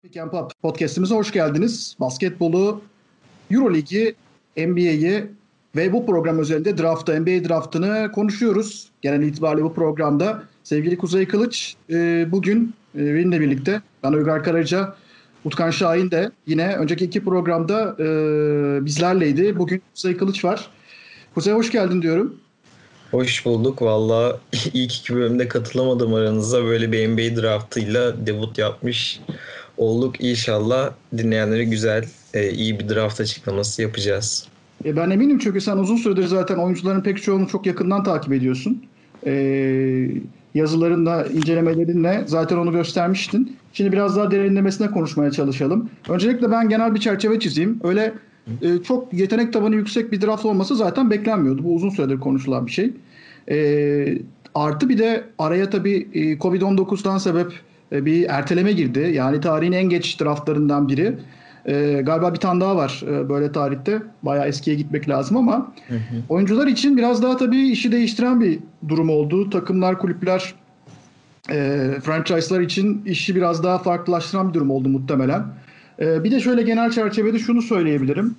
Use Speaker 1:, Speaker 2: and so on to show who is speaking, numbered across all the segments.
Speaker 1: Pick and Pop podcast'imize hoş geldiniz. Basketbolu, Euroligi, NBA'yi ve bu program özelinde NBA draftını konuşuyoruz. Genel itibariyle bu programda sevgili Kuzey Kılıç bugün benimle birlikte. Ben Uygar Karaca, Utkan Şahin de yine önceki iki programda bizlerleydi. Bugün Kuzey Kılıç var. Kuzey hoş geldin diyorum.
Speaker 2: Hoş bulduk. Valla ilk iki bölümde katılamadım aranıza. Böyle bir NBA draftıyla debut yapmış olduk. İnşallah dinleyenlere güzel, iyi bir draft açıklaması yapacağız.
Speaker 1: Ben eminim çünkü sen uzun süredir zaten oyuncuların pek çoğunu çok yakından takip ediyorsun. Yazılarınla, incelemelerinle zaten onu göstermiştin. Şimdi biraz daha derinlemesine konuşmaya çalışalım. Öncelikle ben genel bir çerçeve çizeyim. Öyle çok yetenek tabanı yüksek bir draft olması zaten beklenmiyordu. Bu uzun süredir konuşulan bir şey. Artı bir de araya tabii Covid-19'dan sebep bir erteleme girdi. Yani tarihin en geç draftlarından biri. Galiba bir tane daha var böyle tarihte. Bayağı eskiye gitmek lazım ama oyuncular için biraz daha tabii işi değiştiren bir durum oldu. Takımlar, kulüpler, franchise'lar için işi biraz daha farklılaştıran bir durum oldu muhtemelen. Bir de şöyle genel çerçevede şunu söyleyebilirim.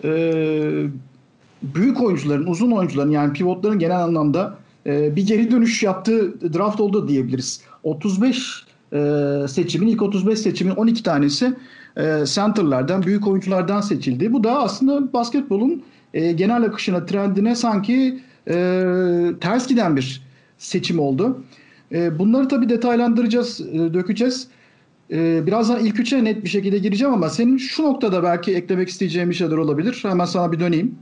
Speaker 1: Büyük oyuncuların, uzun oyuncuların yani pivotların genel anlamda bir geri dönüş yaptığı draft oldu diyebiliriz. 35 seçimin, ilk 35 seçimin 12 tanesi center'lardan, büyük oyunculardan seçildi. Bu da aslında basketbolun genel akışına, trendine sanki ters giden bir seçim oldu. Bunları tabii detaylandıracağız, dökeceğiz. Birazdan ilk üçe net bir şekilde gireceğim ama senin şu noktada belki eklemek isteyeceğin bir şeyler olabilir. Hemen sana bir döneyim.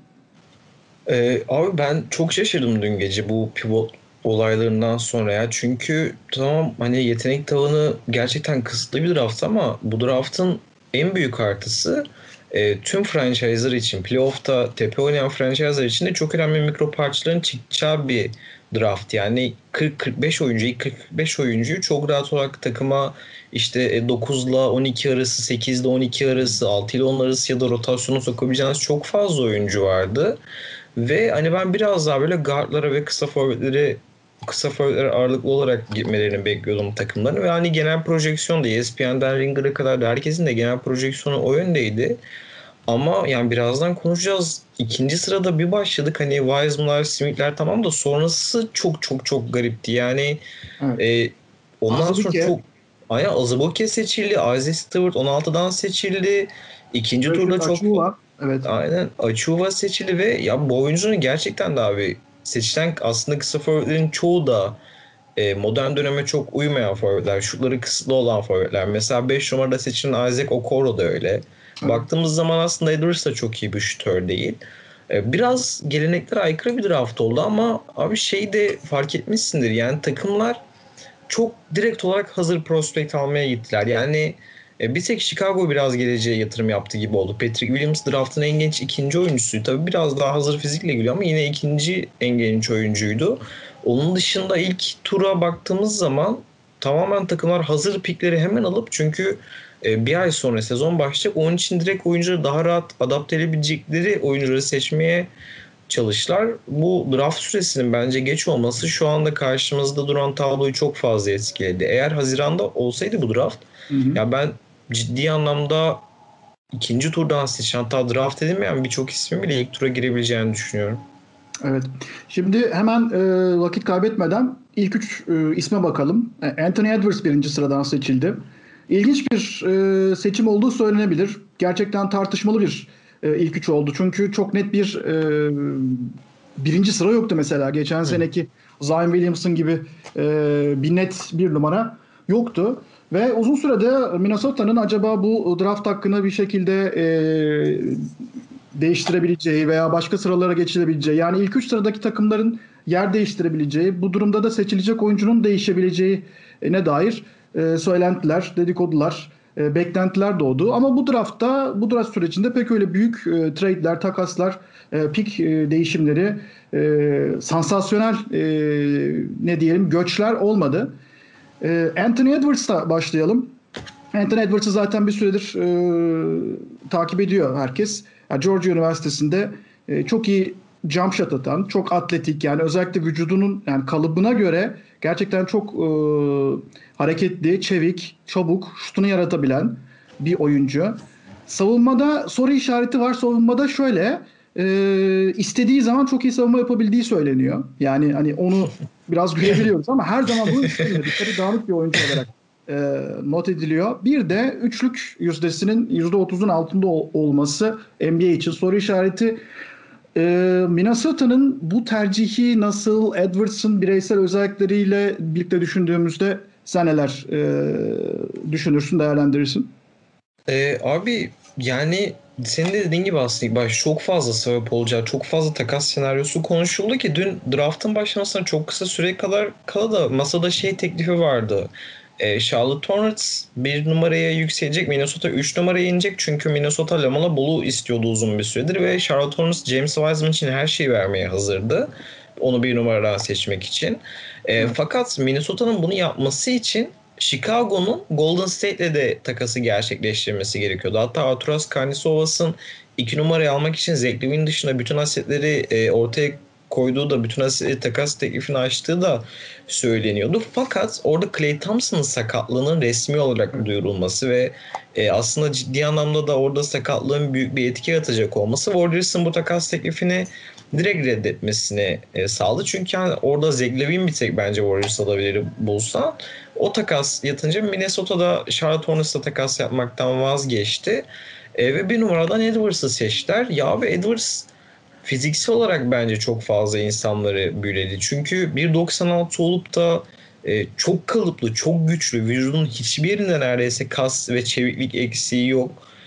Speaker 2: Abi ben çok şaşırdım dün gece bu pivot olaylarından sonra ya. Çünkü tamam hani yetenek tavanı gerçekten kısıtlı bir draft ama bu draftın en büyük artısı tüm franchise'lar için, playoff'ta tepe oynayan franchise'lar için de çok önemli mikro parçaların çıkacağı bir draft. Yani 40-45 oyuncu, ilk 45 oyuncuyu çok rahat olarak takıma işte 9 ile 12 arası, 8 ile 12 arası, 6 ile 10 arası ya da rotasyona sokabileceğiniz çok fazla oyuncu vardı. Ve hani ben biraz daha böyle guardlara ve kısa forvetlere ağırlıklı olarak gitmelerini bekliyordum takımların. Ve hani genel projeksiyon da ESPN'den Ringer'a kadar da herkesin de genel projeksiyonu o yöndeydi. Ama yani birazdan konuşacağız. İkinci sırada bir başladık. Hani Wiseman'lar, Smith'ler tamam da sonrası çok çok çok garipti. Yani
Speaker 1: Evet.
Speaker 2: ondan sonra
Speaker 1: Azubuike,
Speaker 2: çok Aya Azubuike seçildi. Isaiah Stewart 16'dan seçildi. İkinci turda
Speaker 1: Rashid
Speaker 2: çok
Speaker 1: Achua. Evet.
Speaker 2: aynen Achuva seçildi ve ya bu oyuncunun gerçekten de abi seçilen aslında kısa forvetlerin çoğu da modern döneme çok uymayan forvetler. Şutları kısıtlı olan forvetler. Mesela 5 numarada seçilen Isaac Okoro da öyle.
Speaker 1: Evet.
Speaker 2: Baktığımız zaman aslında Edwards da çok iyi bir şutör değil. Biraz geleneklere aykırı bir draft oldu ama abi şey de fark etmişsindir. Yani takımlar çok direkt olarak hazır prospect almaya gittiler. Yani bir tek Chicago biraz geleceğe yatırım yaptı gibi oldu. Patrick Williams draftın en genç ikinci oyuncusuydu. Tabii biraz daha hazır fizikle geliyor ama yine ikinci en genç oyuncuydu. Onun dışında ilk tura baktığımız zaman tamamen takımlar hazır pikleri hemen alıp çünkü bir ay sonra sezon başlayacak. Onun için direkt oyuncuları daha rahat adapte edebilecekleri oyuncuları seçmeye çalıştılar. Bu draft süresinin bence geç olması şu anda karşımızda duran tabloyu çok fazla etkiledi. Eğer Haziran'da olsaydı bu draft
Speaker 1: Hı hı.
Speaker 2: ya ben ciddi anlamda ikinci turdan seçen hatta draft edilmeyen birçok ismin bile ilk tura girebileceğini düşünüyorum.
Speaker 1: Evet. Şimdi hemen vakit kaybetmeden ilk üç isme bakalım. Anthony Edwards birinci sıradan seçildi. İlginç bir seçim olduğu söylenebilir. Gerçekten tartışmalı bir ilk üç oldu. Çünkü çok net bir birinci sıra yoktu mesela. Geçen
Speaker 2: Hı.
Speaker 1: seneki Zion Williamson gibi bir net bir numara yoktu. Ve uzun sürede Minnesota'nın acaba bu draft hakkını bir şekilde değiştirebileceği veya başka sıralara geçilebileceği yani ilk üç sıradaki takımların yer değiştirebileceği bu durumda da seçilecek oyuncunun değişebileceği ne dair söylentiler, dedikodular, beklentiler doğdu. Ama bu draft sürecinde pek öyle büyük trade'ler, takaslar, pick değişimleri, sansasyonel ne diyelim göçler olmadı. Anthony Edwards'la başlayalım. Anthony Edwards'ı zaten bir süredir takip ediyor herkes. Yani Georgia Üniversitesi'nde çok iyi jump shot atan, çok atletik yani özellikle vücudunun yani kalıbına göre gerçekten çok hareketli, çevik, çabuk, şutunu yaratabilen bir oyuncu. Savunmada soru işareti var. Savunmada şöyle istediği zaman çok iyi savunma yapabildiği söyleniyor. Yani hani onu biraz görebiliyoruz ama her zaman bunu istemiyor. Dikkati dağınık bir oyuncu olarak not ediliyor. Bir de üçlük yüzdesinin %30'un altında olması NBA için soru işareti. Minnesota'nın bu tercihi nasıl, Edwards'ın bireysel özellikleriyle birlikte düşündüğümüzde sen neler düşünürsün, değerlendirirsin?
Speaker 2: Abi yani senin de dediğin gibi aslında ilk başta çok fazla sebep olacağı, çok fazla takas senaryosu konuşuldu ki dün draftın başlamasına çok kısa süre kadar kala da masada şey teklifi vardı. Charlotte Hornets bir numaraya yükselecek, Minnesota 3 numaraya inecek çünkü Minnesota Lamelo Ball'u istiyordu uzun bir süredir ve Charlotte Hornets James Wiseman için her şeyi vermeye hazırdı. Onu bir numara seçmek için. Fakat Minnesota'nın bunu yapması için Chicago'nun Golden State'le de takası gerçekleştirmesi gerekiyordu. Hatta Arturas Karnisovas'ın 2 numarayı almak için Zach LaVine dışında bütün asetleri ortaya koyduğu da bütün asetleri takas teklifini açtığı da söyleniyordu. Fakat orada Klay Thompson'ın sakatlığının resmi olarak duyurulması ve aslında ciddi anlamda da orada sakatlığın büyük bir etki yaratacak olması Warriors'ın bu takas teklifini direkt reddetmesini sağladı. Çünkü yani orada Zach LaVine bir tek bence Warriors alabilir bulsa. O takas yatınca Minnesota'da Charlotte Hornets'la takas yapmaktan vazgeçti. Ve bir numaradan Edwards'ı seçtiler. Ya ve Edwards fiziksel olarak bence çok fazla insanları büyüledi. Çünkü 1.96 olup da çok kalıplı, çok güçlü, vücudun hiçbir yerinde neredeyse kas ve çeviklik eksiği yok.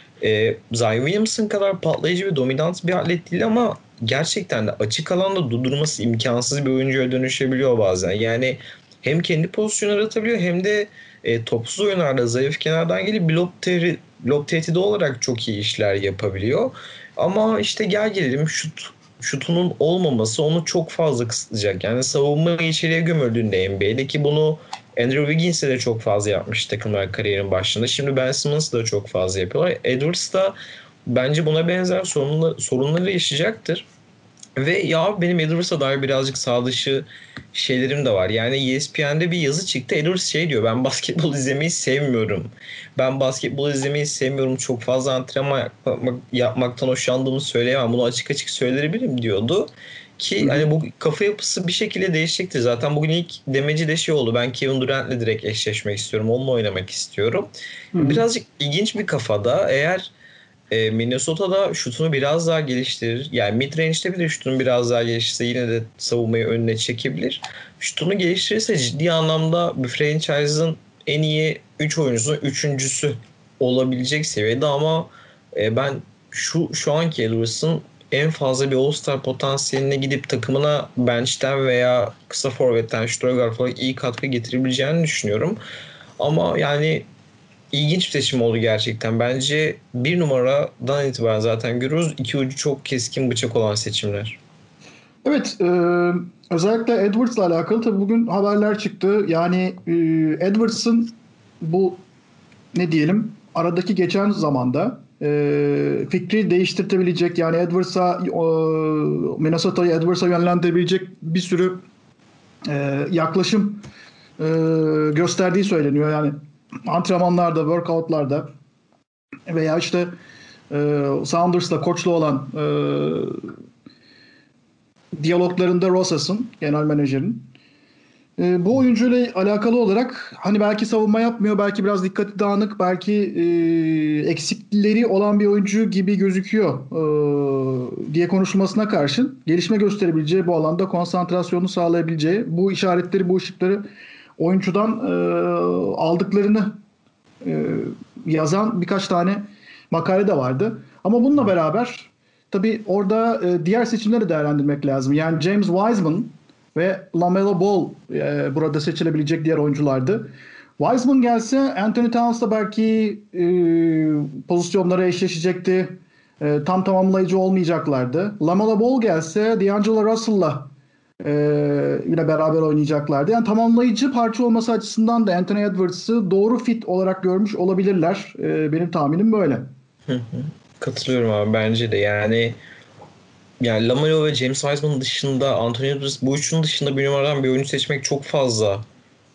Speaker 2: Zion Williamson kadar patlayıcı ve dominant bir atlet değil ama gerçekten de açık alanda durdurması imkansız bir oyuncuya dönüşebiliyor bazen. Yani hem kendi pozisyonu yaratabiliyor hem de topsuz oyunlarda zayıf kenardan gelip blok tehdidi olarak çok iyi işler yapabiliyor. Ama işte gel gelelim şutunun olmaması onu çok fazla kısıtlayacak. Yani savunmayı içeriye gömüldüğünde NBA'de ki bunu Andrew Wiggins'e de çok fazla yapmış takımlar kariyerin başında. Şimdi Ben Simmons'ı da çok fazla yapıyorlar. Edwards da bence buna benzer sorunları yaşayacaktır. Ve ya benim Edwards'a dair birazcık sağ dışı şeylerim de var. Yani ESPN'de bir yazı çıktı. Edwards şey diyor. Ben basketbol izlemeyi sevmiyorum. Ben basketbol izlemeyi sevmiyorum. Çok fazla antrenman yapmaktan hoşlandığımı söyleyemem. Bunu açık açık söyleyebilirim diyordu.
Speaker 1: Hı
Speaker 2: Ki
Speaker 1: hı.
Speaker 2: hani bu kafa yapısı bir şekilde değişecektir. Zaten bugün ilk demeci de şey oldu. Ben Kevin Durant'le direkt eşleşmek istiyorum. Onunla oynamak istiyorum.
Speaker 1: Hı hı.
Speaker 2: Birazcık ilginç bir kafada. Eğer Minnesota'da şutunu biraz daha geliştirir. Yani mid-range'de bir de şutunu biraz daha geliştirse yine de savunmayı önüne çekebilir. Şutunu geliştirirse ciddi anlamda bir franchise'ın en iyi 3 oyuncusunun üçüncüsü olabilecek seviyede ama ben şu anki Edwards'ın en fazla bir All-Star potansiyeline gidip takımına bench'ten veya kısa forvetten shooter guard olarak iyi katkı getirebileceğini düşünüyorum. Ama yani İlginç bir seçim oldu gerçekten. Bence bir numaradan itibaren zaten görüyoruz. İki ucu çok keskin bıçak olan seçimler.
Speaker 1: Evet, özellikle Edwards'la alakalı tabii bugün haberler çıktı. Yani Edwards'ın bu ne diyelim aradaki geçen zamanda fikri değiştirtebilecek yani Minnesota'yı Edwards'a yönlendirebilecek bir sürü yaklaşım e, gösterdiği söyleniyor. Yani antrenmanlarda, workoutlarda veya işte Sounders'la koçlu olan diyaloglarında Rosas'ın, genel menajerin. Bu oyuncuyla alakalı olarak hani belki savunma yapmıyor, belki biraz dikkati dağınık, belki eksikleri olan bir oyuncu gibi gözüküyor diye konuşulmasına karşın gelişme gösterebileceği bu alanda konsantrasyonu sağlayabileceği bu işaretleri, bu ışıkları oyuncudan aldıklarını e, yazan birkaç tane makale de vardı. Ama bununla beraber tabii orada diğer seçimleri değerlendirmek lazım. Yani James Wiseman ve LaMelo Ball burada seçilebilecek diğer oyunculardı. Wiseman gelse Anthony Towns'la belki pozisyonlara eşleşecekti. Tam tamamlayıcı olmayacaklardı. LaMelo Ball gelse D'Angelo Russell'la e, yine beraber oynayacaklardı. Yani tamamlayıcı parça olması açısından da Anthony Edwards'ı doğru fit olarak görmüş olabilirler. Benim tahminim böyle.
Speaker 2: Hı hı. Katılıyorum abi bence de. Yani Lamelo ve James Wiseman dışında Anthony Edwards bu üçünün dışında bir numaradan bir oyuncu seçmek çok fazla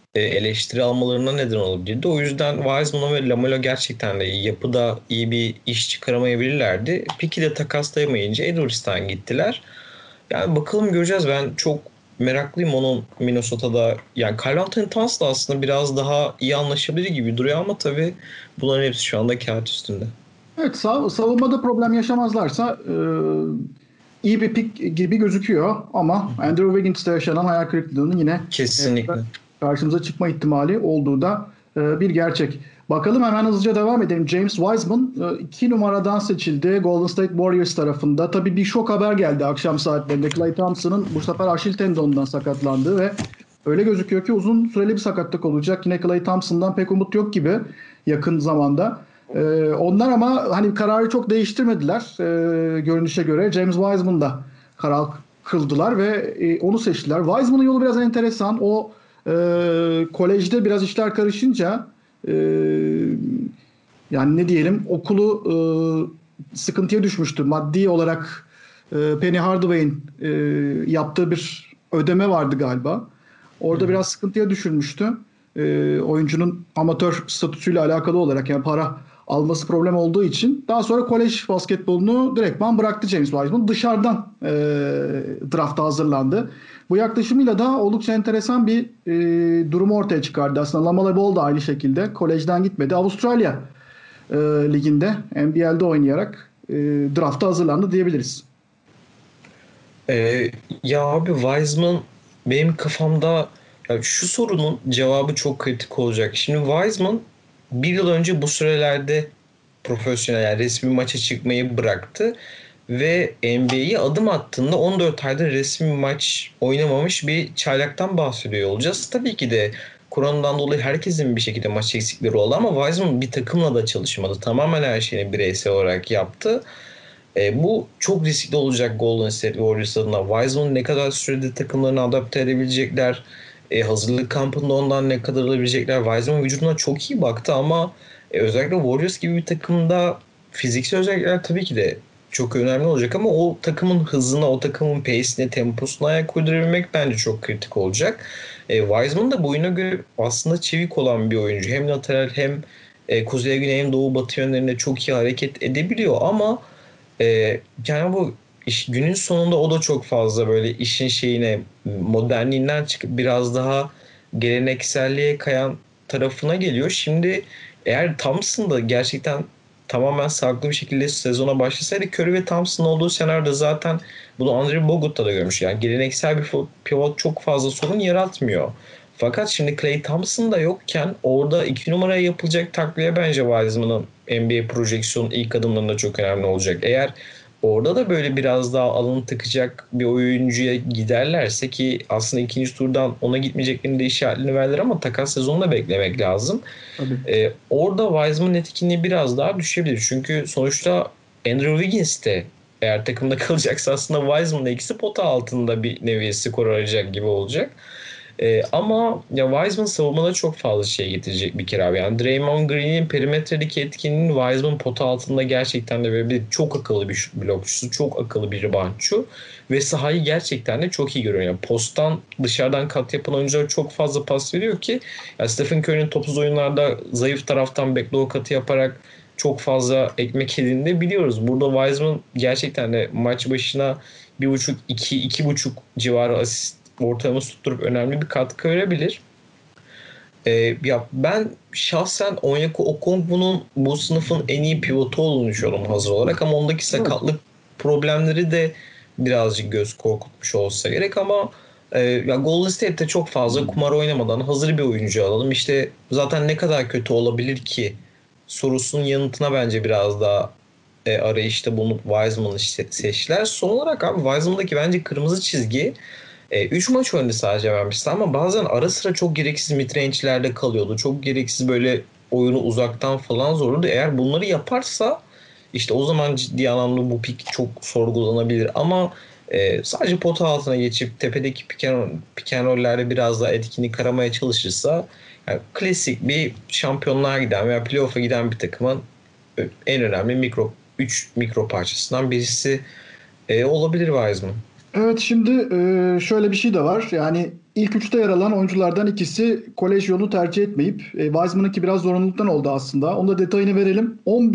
Speaker 2: eleştiri almalarına neden olabilirdi. O yüzden Wiseman ve Lamelo gerçekten de yapıda iyi bir iş çıkaramayabilirlerdi. Pick'i de takaslayamayınca Edwards'tan gittiler. Yani bakalım, göreceğiz. Ben çok meraklıyım onun Minnesota'da. Yani Karl Anthony Towns'la aslında biraz daha iyi anlaşabilir gibi duruyor ama tabii bunların hepsi şu anda kağıt üstünde.
Speaker 1: Evet, savunmada problem yaşamazlarsa iyi bir pik gibi gözüküyor ama Andrew Wiggins'te yaşanan hayal kırıklığının yine
Speaker 2: Kesinlikle.
Speaker 1: karşımıza çıkma ihtimali olduğu da bir gerçek. Bakalım, hemen hızlıca devam edelim. James Wiseman 2 numaradan seçildi Golden State Warriors tarafında. Tabii bir şok haber geldi akşam saatlerinde. Klay Thompson'ın bu sefer Aşil tendonundan sakatlandığı ve öyle gözüküyor ki uzun süreli bir sakatlık olacak. Yine Klay Thompson'dan pek umut yok gibi yakın zamanda. Onlar ama hani kararı çok değiştirmediler. Görünüşe göre James Wiseman da karar kıldılar ve onu seçtiler. Wiseman'ın yolu biraz enteresan. O kolejde biraz işler karışınca e, yani ne diyelim, okulu sıkıntıya düşmüştü. Maddi olarak Penny Hardaway'in yaptığı bir ödeme vardı galiba. Orada biraz sıkıntıya düşürmüştü. Oyuncunun amatör statüsüyle alakalı olarak, yani para alması problem olduğu için daha sonra kolej basketbolunu direktman bıraktı James Wiseman. Dışarıdan drafta hazırlandı. Bu yaklaşımıyla da oldukça enteresan bir durumu ortaya çıkardı. Aslında Lamelo Ball da aynı şekilde kolejden gitmedi. Avustralya liginde NBL'de oynayarak drafta hazırlandı diyebiliriz.
Speaker 2: Ya abi, Wiseman benim kafamda, ya şu sorunun cevabı çok kritik olacak. Şimdi Wiseman bir yıl önce bu sürelerde profesyonel, yani resmi maça çıkmayı bıraktı ve NBA'ye adım attığında 14 aydır resmi maç oynamamış bir çaylaktan bahsediyor olacağız. Tabii ki de Kur'an'dan dolayı herkesin bir şekilde maç eksikleri oldu ama Wiseman bir takımla da çalışmadı. Tamamen her şeyini bireysel olarak yaptı. Bu çok riskli olacak Golden State Warriors adına. Wiseman ne kadar sürede takımlarını adapte edebilecekler? Hazırlık kampında ondan ne kadar alabilecekler? Wiseman vücuduna çok iyi baktı ama özellikle Warriors gibi bir takımda fiziksel özellikler tabii ki de çok önemli olacak ama o takımın hızına, o takımın pace'ine, temposuna ayak uydurabilmek bence çok kritik olacak. Wiseman da boyuna göre aslında çevik olan bir oyuncu. Hem lateral hem kuzey, güney, hem doğu, batı yönlerinde çok iyi hareket edebiliyor ama yani bu günün sonunda o da çok fazla böyle işin şeyine, modernliğinden çıkıp biraz daha gelenekselliğe kayan tarafına geliyor. Şimdi eğer Thompson da gerçekten tamamen sağlıklı bir şekilde sezona başlasaydı, Curry ve Thompson olduğu senaryoda zaten bunu Andrew Bogut'ta da görmüş. Yani geleneksel bir pivot çok fazla sorun yaratmıyor. Fakat şimdi Klay Thompson da yokken orada 2 numaraya yapılacak takviye bence Wiseman'ın NBA projeksiyonun ilk adımlarında çok önemli olacak. Eğer orada da böyle biraz daha alın tıkacak bir oyuncuya giderlerse, ki aslında ikinci turdan ona gitmeyeceklerini de işaretini verdiler ama takas sezonunda beklemek lazım.
Speaker 1: Tabii.
Speaker 2: Orada Wiseman'ın etkinliği biraz daha düşebilir. Çünkü sonuçta Andrew Wiggins de eğer takımda kalacaksa aslında Wiseman'la ikisi pota altında bir nevi skor arayacak gibi olacak. Ama ya Wiseman savunmada çok fazla şey getirecek bir kere abi. Yani Draymond Green'in perimetredeki etkinliğinin Wiseman pota altında gerçekten de böyle çok akıllı bir şut blokçusu, çok akıllı bir reboundçu ve sahayı gerçekten de çok iyi görüyor. Yani posttan dışarıdan kat yapan oyunculara çok fazla pas veriyor ki ya Stephen Curry'nin topsuz oyunlarda zayıf taraftan backdoor katı yaparak çok fazla ekmek yediğini de biliyoruz. Burada Wiseman gerçekten de maç başına 1,5-2,5 civarı asist ortalaması tutturup önemli bir katkı verebilir. Ya ben şahsen Onyeka Okongwu'nun bu sınıfın en iyi pivotu olduğunu düşünüyorum hazır olarak ama ondaki sakatlık problemleri de birazcık göz korkutmuş olsa gerek ama ya Golden State'te çok fazla kumar oynamadan hazır bir oyuncu alalım. İşte zaten ne kadar kötü olabilir ki sorusunun yanıtına bence biraz daha arayışta bulunup Wiseman'ı seçtiler. Son olarak abi Wiseman'daki bence kırmızı çizgi 3 maç oynadı sadece vermişti ama bazen ara sıra çok gereksiz midrange'lerde kalıyordu. Çok gereksiz böyle oyunu uzaktan falan zorladı. Eğer bunları yaparsa işte o zaman ciddi anlamda bu pik çok sorgulanabilir. Ama sadece pota altına geçip tepedeki pick and roll'lerde biraz daha etkinlik aramaya çalışırsa yani klasik bir şampiyonluğa giden veya playoff'a giden bir takımın en önemli 3 mikro parçasından birisi olabilir Wiseman.
Speaker 1: Evet, şimdi şöyle bir şey de var. Yani ilk üçte yer alan oyunculardan ikisi kolej yolunu tercih etmeyip Wiseman'ınki biraz zorunluluktan oldu aslında. Onun da detayını verelim.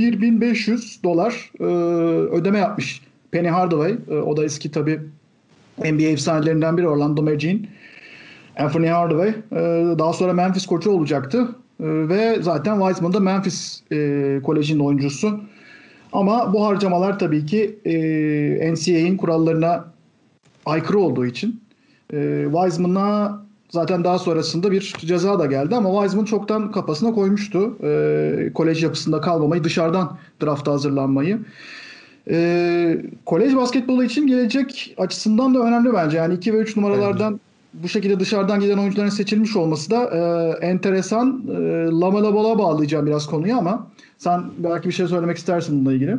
Speaker 1: $11.500 ödeme yapmış Penny Hardaway. O da eski tabii NBA efsanelerinden biri Orlando Magic'in. Anthony Hardaway daha sonra Memphis koçu olacaktı. Ve zaten Wiseman da Memphis Koleji'nin oyuncusu. Ama bu harcamalar tabii ki NCAA'in kurallarına aykırı olduğu için Wiseman'a zaten daha sonrasında bir ceza da geldi ama Wiseman çoktan kafasına koymuştu. Kolej yapısında kalmamayı, dışarıdan drafta hazırlanmayı. Kolej basketbolu için gelecek açısından da önemli bence. Yani 2 ve 3
Speaker 2: Bence.
Speaker 1: numaralardan bu şekilde dışarıdan giden oyuncuların seçilmiş olması da enteresan. Lamela Ball'a bağlayacağım biraz konuyu ama sen belki bir şey söylemek istersin bununla ilgili.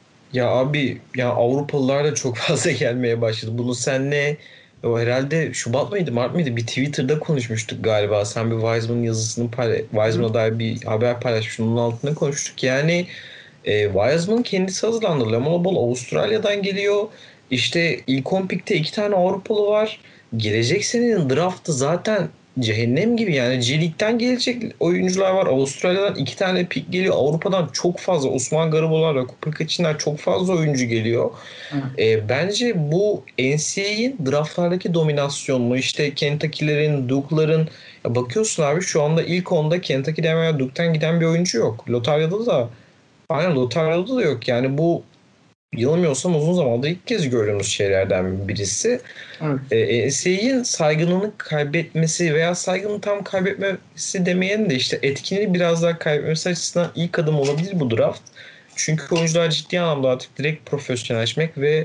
Speaker 2: Ya abi ya Avrupalılar da çok fazla gelmeye başladı. Bunu senle o herhalde Şubat mıydı Mart mıydı bir Twitter'da konuşmuştuk galiba. Sen bir Wiseman yazısını
Speaker 1: Hı.
Speaker 2: Wiseman'a dair bir haber paylaşmıştın. Onun altında konuştuk. Yani Wiseman kendisi hazırlandı. Lamelo Ball Avustralya'dan geliyor. İşte ilk 10 pikte iki tane Avrupalı var. Gelecek senenin draftı zaten cehennem gibi. Yani G League'den gelecek oyuncular var. Avustralya'dan iki tane pik geliyor. Avrupa'dan çok fazla. Osman Garabolar, Rakup Kaçinler çok fazla oyuncu geliyor.
Speaker 1: Evet.
Speaker 2: Bence bu NCAA'in draftlardaki dominasyonunu işte Kentucky'lerin, Duke'ların ya bakıyorsun abi şu anda ilk onda Kentucky'den veya Duke'dan giden bir oyuncu yok. Lotaryada da aynen Lotarya'da da yok. Yani bu yanılmıyorsam uzun zamandır ilk kez gördüğümüz şeylerden birisi.
Speaker 1: Evet.
Speaker 2: NCAA'in saygınlığını kaybetmesi veya saygınlığını tam kaybetmesi demeyelim de işte etkinliği biraz daha kaybetmesi açısından ilk adım olabilir bu draft. Çünkü oyuncular ciddi anlamda artık direkt profesyonelleşmek ve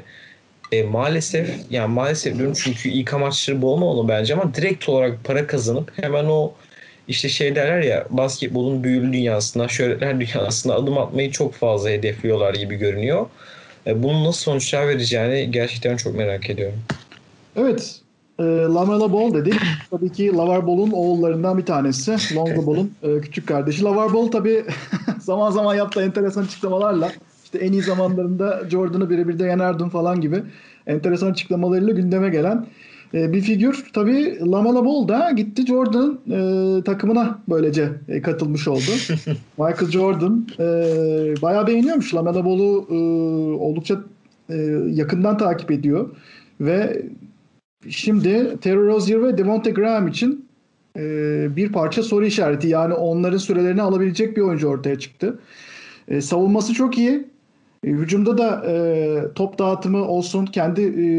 Speaker 2: maalesef yani maalesef diyorum çünkü ilk amaçları bu olmamalı bence ama direkt olarak para kazanıp hemen o işte şey derler ya basketbolun büyülü dünyasına, şöhretler dünyasına adım atmayı çok fazla hedefliyorlar gibi görünüyor. Bunun nasıl sonuçlar vereceğini gerçekten çok merak ediyorum.
Speaker 1: Evet, Lamela Ball dedik. Tabii ki LaVar Ball'un oğullarından bir tanesi. Lonzo Ball'un küçük kardeşi. LaVar Ball tabii zaman zaman yaptığı enteresan açıklamalarla işte en iyi zamanlarında Jordan'ı birebir de yenerdim falan gibi enteresan açıklamalarıyla gündeme gelen bir figür. Tabii Lamela Ball da gitti Jordan'ın takımına böylece katılmış oldu. Michael Jordan bayağı beğeniyormuş. Lamela Ball'u oldukça e, yakından takip ediyor. Ve şimdi Terry Rozier ve Devonte Graham için bir parça soru işareti. Yani onların sürelerini alabilecek bir oyuncu ortaya çıktı. Savunması çok iyi. Hücumda da top dağıtımı olsun. Kendi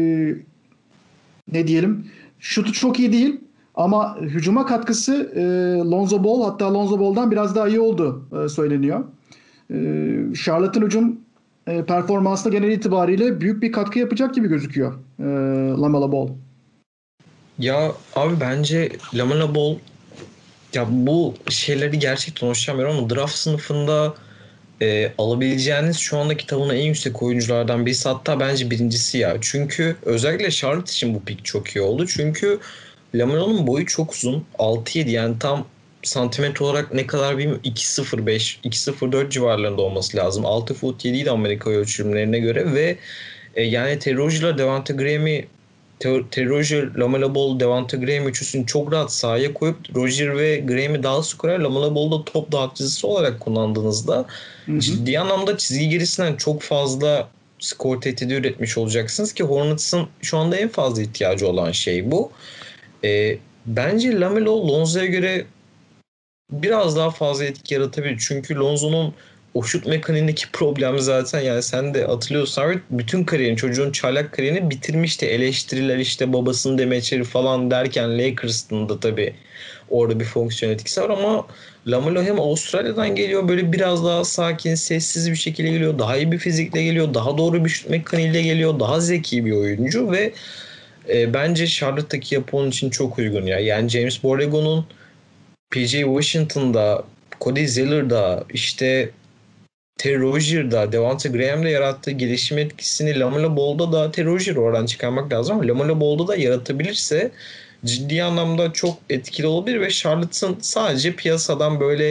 Speaker 1: ne diyelim şutu çok iyi değil. Ama hücuma katkısı Lonzo Ball hatta Lonzo Ball'dan biraz daha iyi oldu söyleniyor. Charlotte'ın hücum performansına genel itibariyle büyük bir katkı yapacak gibi gözüküyor Lamelo Ball.
Speaker 2: Ya abi bence Lamela Ball ya bu şeyleri gerçekten hoşlanmıyorum ama draft sınıfında alabileceğiniz şu andaki tavanı en yüksek oyunculardan birisi hatta bence birincisi ya. Çünkü özellikle Charlotte için bu pick çok iyi oldu. Çünkü Lamelo'nun boyu çok uzun. 6-7 yani tam santimetre olarak ne kadar bilmiyorum 2.05 2.04 civarlarında olması lazım. 6 foot 7 Amerika ölçümlerine göre ve yani Terry Rozier'la Devonte Graham'i Terry Rozier, Lamelo Ball, Devonte Graham üçlüsünü çok rahat sahaya koyup Rozier ve Graham'i daha skorer, Lamelo Ball'u da top dağıtıcısı olarak kullandığınızda
Speaker 1: Hı hı.
Speaker 2: ciddi anlamda çizgi gerisinden çok fazla skor tehdidi üretmiş olacaksınız ki Hornets'ın şu anda en fazla ihtiyacı olan şey bu. Bence Lamelo Lonzo'ya göre biraz daha fazla etki yaratabilir. Çünkü Lonzo'nun o şut mekaniğindeki problem zaten yani sen de hatırlıyorsan evet, bütün kariyerini çocuğun çaylak kariyerini bitirmişti. Eleştiriler işte babasının demeçleri falan derken Lakers'ın da tabii orada bir fonksiyon etkisi var ama Lamelo hem Avustralya'dan geliyor böyle biraz daha sakin sessiz bir şekilde geliyor. Daha iyi bir fizikle geliyor. Daha doğru bir şut mekaniğiyle geliyor. Daha zeki bir oyuncu ve bence Charlotte'daki yapı onun için çok uygun ya. Yani James Borrego'nun P.J. Washington'da, Cody Zeller'da, işte Terry Rozier'da, Devonte Graham'da yarattığı gelişim etkisini Lamelo Ball'da da Terry Rozier'i oradan çıkarmak lazım ama Lamelo Ball'da da yaratabilirse ciddi anlamda çok etkili olabilir ve Charlotte'ın sadece piyasadan böyle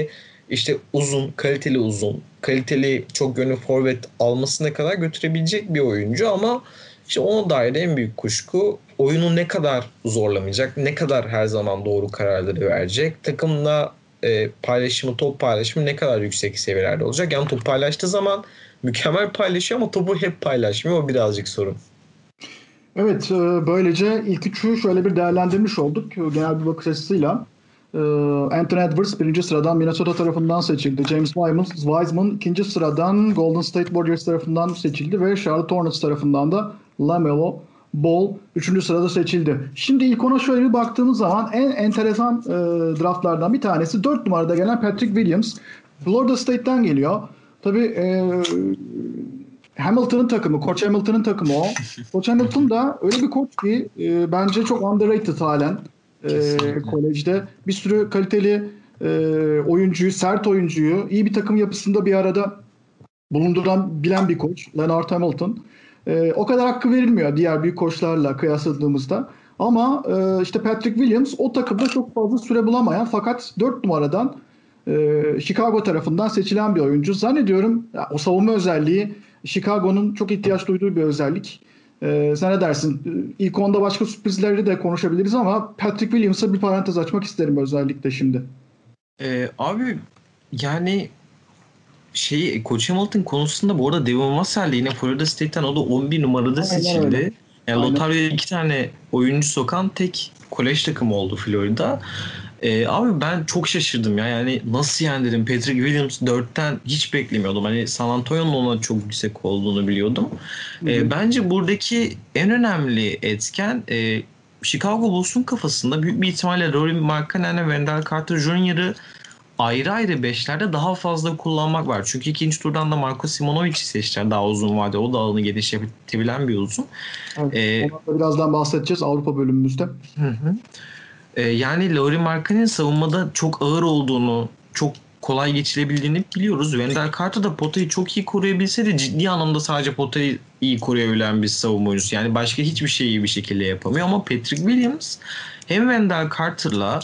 Speaker 2: işte uzun, kaliteli çok yönlü forvet almasına kadar götürebilecek bir oyuncu ama işte ona dair en büyük kuşku oyunu ne kadar zorlamayacak, ne kadar her zaman doğru kararları verecek, takımla top paylaşımı ne kadar yüksek seviyelerde olacak. Yani top paylaştığı zaman mükemmel paylaşıyor ama topu hep paylaşmıyor. O birazcık sorun.
Speaker 1: Evet, böylece ilk üçü şöyle bir değerlendirmiş olduk genel bir bakış açısıyla. Anthony Edwards birinci sıradan Minnesota tarafından seçildi. James Wiseman ikinci sıradan Golden State Warriors tarafından seçildi ve Charlotte Hornets tarafından da LaMelo Ball üçüncü sırada seçildi. Şimdi ilk ona şöyle bir baktığımız zaman en enteresan draftlardan bir tanesi 4 numarada gelen Patrick Williams. Florida State'ten geliyor. Tabii Hamilton'ın takımı, Koç Hamilton'ın takımı o. Koç Hamilton da öyle bir koç ki bence çok underrated halen
Speaker 2: Kesinlikle.
Speaker 1: kolejde. Bir sürü kaliteli oyuncuyu, sert oyuncuyu iyi bir takım yapısında bir arada bulunduran bilen bir koç. Leonard Hamilton. O kadar hakkı verilmiyor diğer büyük koçlarla kıyasladığımızda. Ama işte Patrick Williams o takımda çok fazla süre bulamayan fakat 4 numaradan Chicago tarafından seçilen bir oyuncu. Zannediyorum ya, o savunma özelliği Chicago'nun çok ihtiyaç duyduğu bir özellik. Sen ne dersin? İlk onda başka sürprizleri de konuşabiliriz ama Patrick Williams'a bir parantez açmak isterim özellikle şimdi.
Speaker 2: Abi yani Coach Hamilton konusunda bu arada Devin Vassell de yine Florida State'ten o da 11 numarada
Speaker 1: Aynen öyle.
Speaker 2: seçildi. Yani
Speaker 1: Aynen.
Speaker 2: lotarya 2 tane oyuncu sokan tek kolej takımı oldu Florida. Abi ben çok şaşırdım ya. Yani nasıl yani dedim, Patrick Williams 4'ten hiç beklemiyordum. Hani San Antonio'nun ona çok yüksek olduğunu biliyordum.
Speaker 1: Hı hı.
Speaker 2: Bence buradaki en önemli etken Chicago Bulls'un kafasında büyük bir ihtimalle Rory Markkanen ve Wendell Carter Jr.'ı ayrı ayrı beşlerde daha fazla kullanmak var. Çünkü ikinci turdan da Marko Simonovic'i seçtiler daha uzun vade. O da alanı genişletebilen bir uzun.
Speaker 1: Evet.
Speaker 2: Ee,
Speaker 1: Ondan da birazdan bahsedeceğiz Avrupa bölümümüzde.
Speaker 2: hı hı. Yani Lauri Markkanen'in savunmada çok ağır olduğunu, çok kolay geçilebildiğini biliyoruz. Wendell Carter da potayı çok iyi koruyabilse de ciddi anlamda sadece potayı iyi koruyabilen bir savunma oyuncusu. Yani başka hiçbir şeyi iyi bir şekilde yapamıyor ama Patrick Williams hem Wendell Carter'la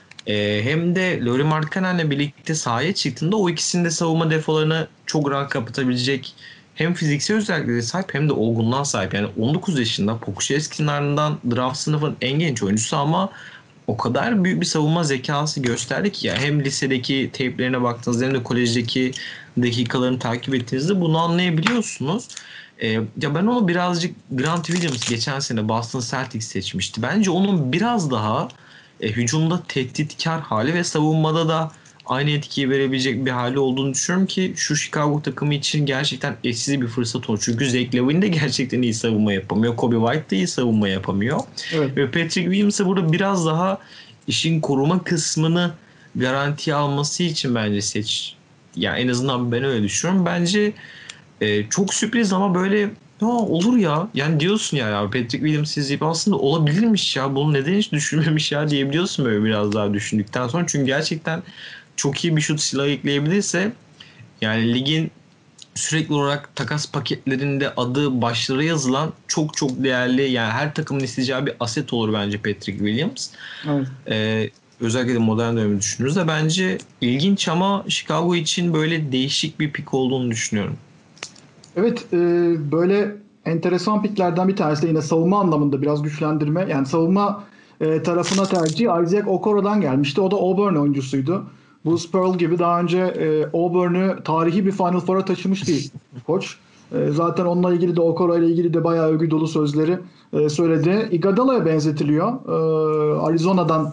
Speaker 2: hem de Lauri Markkanen'le birlikte sahaya çıktığında o ikisinin de savunma defolarını çok rahat kapatabilecek hem fiziksel özelliklere sahip hem de olgunluğa sahip. Yani 19 yaşında Pokusevski'nin ardından draft sınıfının en genç oyuncusu ama o kadar büyük bir savunma zekası gösterdi ki ya, hem lisedeki teyplerine baktığınızda hem de kolejdeki dakikalarını takip ettiğinizde bunu anlayabiliyorsunuz. Ya ben onu birazcık Grant Williams geçen sene Boston Celtics seçmişti. Bence onun biraz daha hücumda tehditkar hali ve savunmada da aynı etkiyi verebilecek bir hali olduğunu düşünüyorum ki şu Chicago takımı için gerçekten eşsiz bir fırsat olur. Çünkü Zach Lavine de gerçekten iyi savunma yapamıyor. Kobe White de iyi savunma yapamıyor.
Speaker 1: Evet.
Speaker 2: Ve Patrick Williams'a burada biraz daha işin koruma kısmını garantiye alması için bence yani en azından ben öyle düşünüyorum. Bence çok sürpriz ama böyle ya olur ya. Yani diyorsun yani abi Patrick Williams izleyip aslında olabilirmiş ya. Bunu neden hiç düşünmemiş ya diyebiliyorsun böyle biraz daha düşündükten sonra. Çünkü gerçekten çok iyi bir şut silahı ekleyebilirse yani ligin sürekli olarak takas paketlerinde adı başlara yazılan çok çok değerli, yani her takımın isteyeceği bir aset olur bence Patrick Williams.
Speaker 1: Evet.
Speaker 2: Özellikle de modern dönemi düşünürüz bence ilginç ama Chicago için böyle değişik bir pik olduğunu düşünüyorum.
Speaker 1: Evet, böyle enteresan piklerden bir tanesi de yine savunma anlamında biraz güçlendirme. Yani savunma tarafına tercih Isaac Okoro'dan gelmişti. O da Auburn oyuncusuydu. Bruce Pearl gibi daha önce Auburn'u tarihi bir Final Four'a taşımış bir koç. Zaten onunla ilgili de Okoro ile ilgili de bayağı övgü dolu sözleri söyledi. Iguodala'ya benzetiliyor. Arizona'dan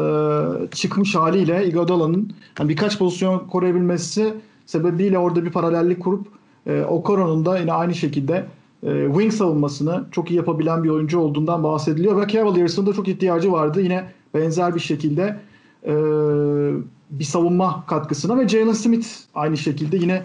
Speaker 1: çıkmış haliyle Iguodala'nın yani birkaç pozisyon koruyabilmesi sebebiyle orada bir paralellik kurup Okoro'nun da yine aynı şekilde wing savunmasını çok iyi yapabilen bir oyuncu olduğundan bahsediliyor ve Cavaliers'ın da çok ihtiyacı vardı. Yine benzer bir şekilde e, bir savunma katkısına ve Jalen Smith aynı şekilde yine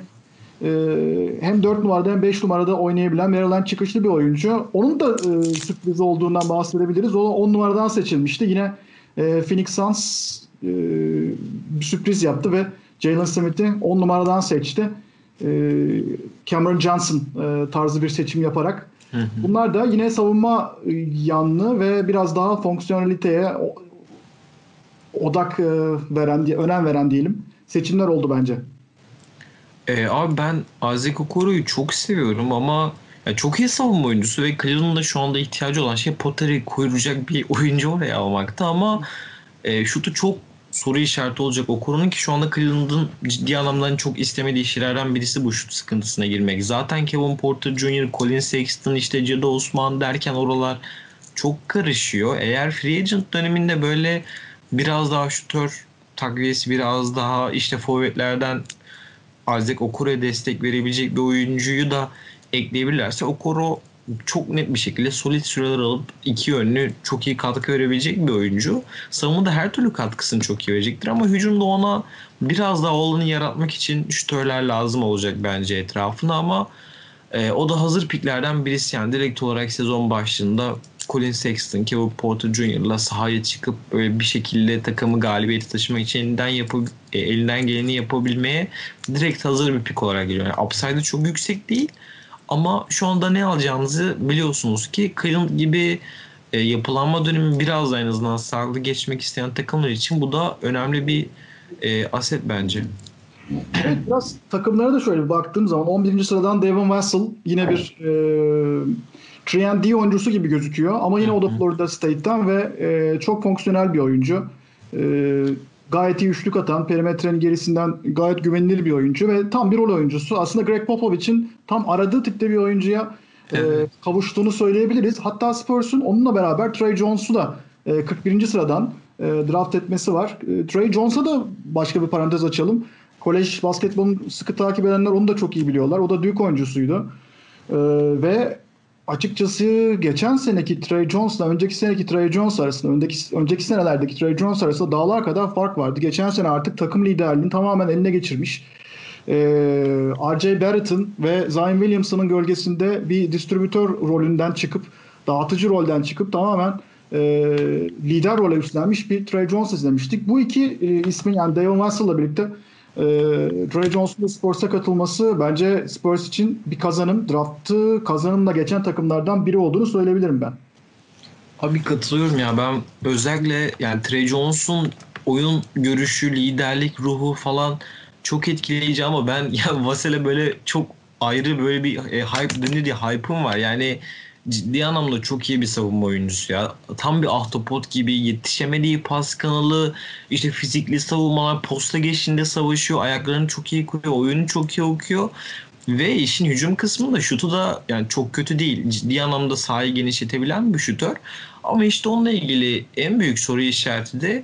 Speaker 1: hem 4 numarada hem 5 numarada oynayabilen Maryland çıkışlı bir oyuncu. Onun da sürpriz olduğundan bahsedebiliriz. O 10 numaradan seçilmişti. Yine Phoenix Suns bir sürpriz yaptı ve Jalen Smith'i 10 numaradan seçti. Cameron Johnson tarzı bir seçim yaparak.
Speaker 2: Hı hı.
Speaker 1: Bunlar da yine savunma yanlı ve biraz daha fonksiyoneliteye önem veren diyelim seçimler oldu bence.
Speaker 2: Abi ben Isaac Okoro'yu çok seviyorum ama ya çok iyi savunma oyuncusu ve Cleveland'ın da şu anda ihtiyacı olan şey potayı koyacak bir oyuncu oraya almakta ama şutu çok soru işareti olacak. Okoro'nun ki şu anda Cleveland'ın ciddi anlamda çok istemediği şeylerden birisi bu şut sıkıntısına girmek. Zaten Kevin Porter Jr., Colin Sexton, işte Cedi Osman derken oralar çok karışıyor. Eğer free agent döneminde böyle biraz daha şutör takviyesi, biraz daha işte forvetlerden Isaac Okoro'ya destek verebilecek bir oyuncuyu da ekleyebilirlerse Okoro çok net bir şekilde solid süreler alıp iki yönlü çok iyi katkı verebilecek bir oyuncu. Savunmada her türlü katkısını çok iyi verecektir ama hücumda ona biraz daha o alanı yaratmak için şütörler lazım olacak bence etrafına ama o da hazır piklerden birisi yani direkt olarak sezon başında Colin Sexton, Kevin Porter Jr.'la sahaya çıkıp böyle bir şekilde takımı galibiyete taşımak için elinden geleni yapabilmeye direkt hazır bir pik olarak geliyor. Yani upside'ı çok yüksek değil ama şu anda ne alacağınızı biliyorsunuz ki Cleveland gibi yapılanma dönemi biraz da en azından sağlıklı geçmek isteyen takımlar için bu da önemli bir aset bence.
Speaker 1: Evet, biraz takımlara da şöyle bir baktığım zaman 11. sıradan Devin Vassell yine bir 3&D oyuncusu gibi gözüküyor ama yine o da Florida State'ten ve çok fonksiyonel bir oyuncu. E, Gayet iyi üçlük atan, perimetrenin gerisinden gayet güvenilir bir oyuncu ve tam bir rol oyuncusu. Aslında Greg Popovich'in tam aradığı tipte bir oyuncuya
Speaker 2: Evet.
Speaker 1: kavuştuğunu söyleyebiliriz. Hatta Spurs'un onunla beraber Trey Jones'u da 41. sıradan draft etmesi var. Trey Jones'a da başka bir parantez açalım. Kolej basketbolunu sıkı takip edenler onu da çok iyi biliyorlar. O da Duke oyuncusuydu. Ve açıkçası geçen seneki Trey Jones'la önceki seneki Trey Jones arasında, önceki senelerdeki Trey Jones arasında dağlar kadar fark vardı. Geçen sene artık takım liderliğini tamamen eline geçirmiş. R.J. Barrett'ın ve Zion Williamson'ın gölgesinde bir distribütör rolünden çıkıp, dağıtıcı rolden çıkıp tamamen lider role üstlenmiş bir Trey Jones izlemiştik. Bu iki ismin yani Devin Vassell'la birlikte Trey Jones'un da Spurs'a katılması bence Spurs için bir kazanım. Draft'ı kazanımla geçen takımlardan biri olduğunu söyleyebilirim ben.
Speaker 2: Abi katılıyorum ya ben özellikle yani Trey Jones'un oyun görüşü, liderlik ruhu falan çok etkileyici ama ben ya Vassell'e böyle çok ayrı böyle bir hype denir ya hype'ım var. Yani ciddi anlamda çok iyi bir savunma oyuncusu ya. Tam bir ahtapot gibi yetişemediği pas kanalı, işte fizikli savunmalar, posta geçişinde savaşıyor, ayaklarını çok iyi koyuyor, oyunu çok iyi okuyor. Ve işin hücum kısmında şutu da yani çok kötü değil. Ciddi anlamda sahayı genişletebilen bir şutör. Ama işte onunla ilgili en büyük soru işareti de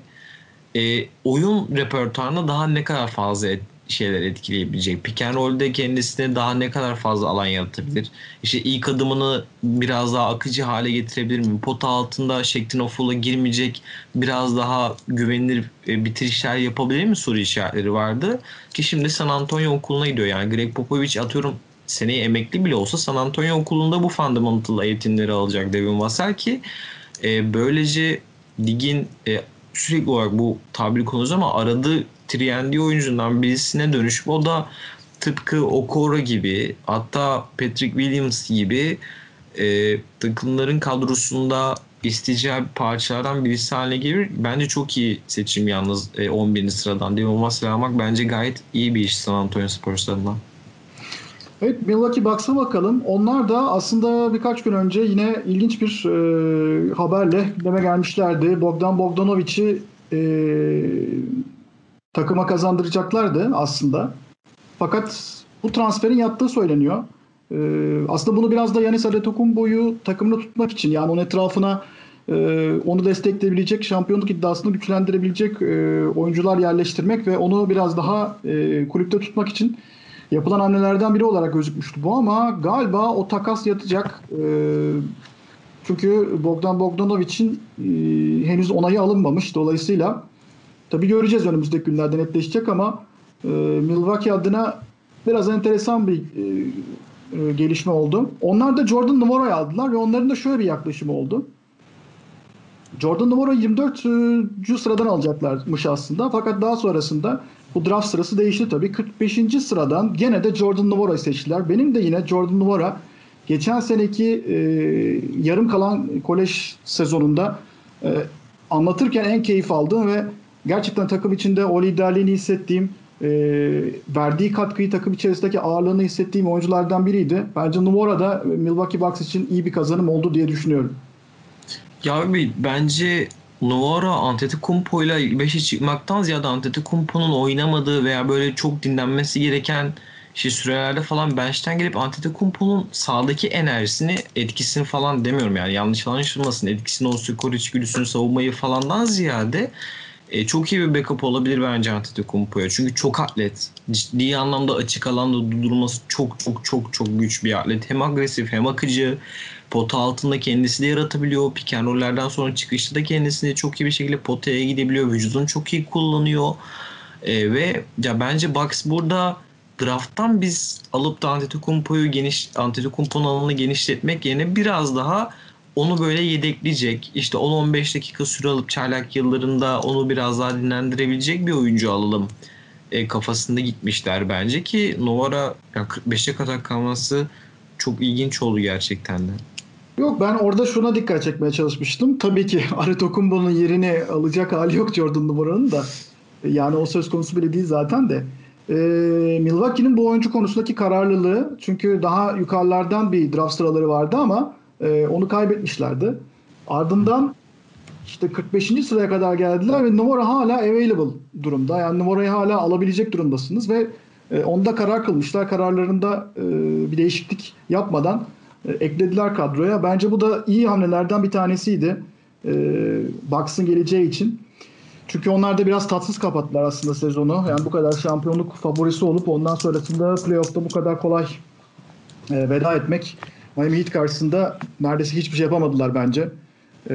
Speaker 2: oyun repertuarına daha ne kadar fazla şeyler etkileyebilecek. Pick and roll'de kendisine daha ne kadar fazla alan yaratabilir. İşte ilk adımını biraz daha akıcı hale getirebilir mi? Pota altında şeklin ofula girmeyecek biraz daha güvenilir bitirişler yapabilir mi soru işaretleri vardı. Ki şimdi San Antonio okuluna gidiyor. Yani Greg Popovich atıyorum seneye emekli bile olsa San Antonio okulunda bu fundamental eğitimleri alacak Devin Vassell ki böylece ligin sürekli olarak bu tabiri kullanıyoruz ama aradığı 3&D oyuncundan birisine dönüşüp o da tıpkı Okoro gibi hatta Patrick Williams gibi takımların kadrosunda isteyeceği parçalardan birisi haline gelir. Bence çok iyi seçim yalnız 11. sıradan Devin Vassell'i almak bence gayet iyi bir iş San Antonio Spurs adına.
Speaker 1: Evet, Milwaukee Bucks'a bakalım. Onlar da aslında birkaç gün önce yine ilginç bir haberle gündeme gelmişlerdi. Bogdan Bogdanovic'i takıma kazandıracaklardı aslında. Fakat bu transferin yattığı söyleniyor. Aslında bunu biraz da Giannis Antetokounmpo'yu takımda tutmak için yani onun etrafına onu destekleyebilecek, şampiyonluk iddiasını güçlendirebilecek oyuncular yerleştirmek ve onu biraz daha kulüpte tutmak için yapılan hamlelerden biri olarak gözükmüştü bu ama galiba o takas yatacak. Çünkü Bogdan Bogdanovic'in henüz onayı alınmamış. Dolayısıyla tabii göreceğiz önümüzdeki günlerde netleşecek ama Milwaukee adına biraz enteresan bir gelişme oldu. Onlar da Jordan Nwora'yı aldılar ve onların da şöyle bir yaklaşımı oldu. Jordan Nwora'yı 24. sıradan alacaklarmış aslında. Fakat daha sonrasında bu draft sırası değişti tabii. 45. sıradan gene de Jordan Nwora'yı seçtiler. Benim de yine Jordan Nwora geçen seneki yarım kalan kolej sezonunda anlatırken en keyif aldığım ve gerçekten takım içinde o liderliğini hissettiğim e, verdiği katkıyı, takım içerisindeki ağırlığını hissettiğim oyunculardan biriydi. Bence Numora da Milwaukee Bucks için iyi bir kazanım oldu diye düşünüyorum.
Speaker 2: Ya abi bence Novara Antetokounmpo'yla ilk beşe çıkmaktan ziyade Antetokounmpo'nun oynamadığı veya böyle çok dinlenmesi gereken sürelerde falan bench'ten gelip Antetokounmpo'nun sahadaki enerjisini, etkisini falan demiyorum yani yanlış anlaşılmasın, etkisini, o skor içgüdüsünü, savunmayı falandan ziyade çok iyi bir backup olabilir bence Antetokounmpo'ya. Çünkü çok atlet. Ciddi anlamda açık alanda durdurması çok çok çok çok güç bir atlet. Hem agresif hem akıcı. Pota altında kendisi de yaratabiliyor. Pick and roll'lerden sonra çıkışta da kendisini çok iyi bir şekilde potaya gidebiliyor. Vücudunu çok iyi kullanıyor. Ve ya bence Bucks burada draft'tan biz alıp da Antetokounmpo'nun alanını genişletmek yerine biraz daha onu böyle yedekleyecek, işte 10-15 dakika süre alıp çaylak yıllarında onu biraz daha dinlendirebilecek bir oyuncu alalım kafasında gitmişler bence ki Novara ya 45'e kadar kalması çok ilginç oldu gerçekten de.
Speaker 1: Yok, ben orada şuna dikkat çekmeye çalışmıştım. Tabii ki Antetokounmpo'nun yerini alacak hali yok Jordan numaranın da. Yani o söz konusu bile değil zaten de. Milwaukee'nin bu oyuncu konusundaki kararlılığı, çünkü daha yukarılardan bir draft sıraları vardı ama onu kaybetmişlerdi. Ardından işte 45. sıraya kadar geldiler ve numara hala available durumda. Yani numarayı hala alabilecek durumdasınız ve onda karar kılmışlar. Kararlarında bir değişiklik yapmadan eklediler kadroya. Bence bu da iyi hamlelerden bir tanesiydi. Bucks'ın geleceği için. Çünkü onlar da biraz tatsız kapattılar aslında sezonu. Yani bu kadar şampiyonluk favorisi olup ondan sonrasında playoff'ta bu kadar kolay veda etmek, Miami Heat karşısında neredeyse hiçbir şey yapamadılar bence. E,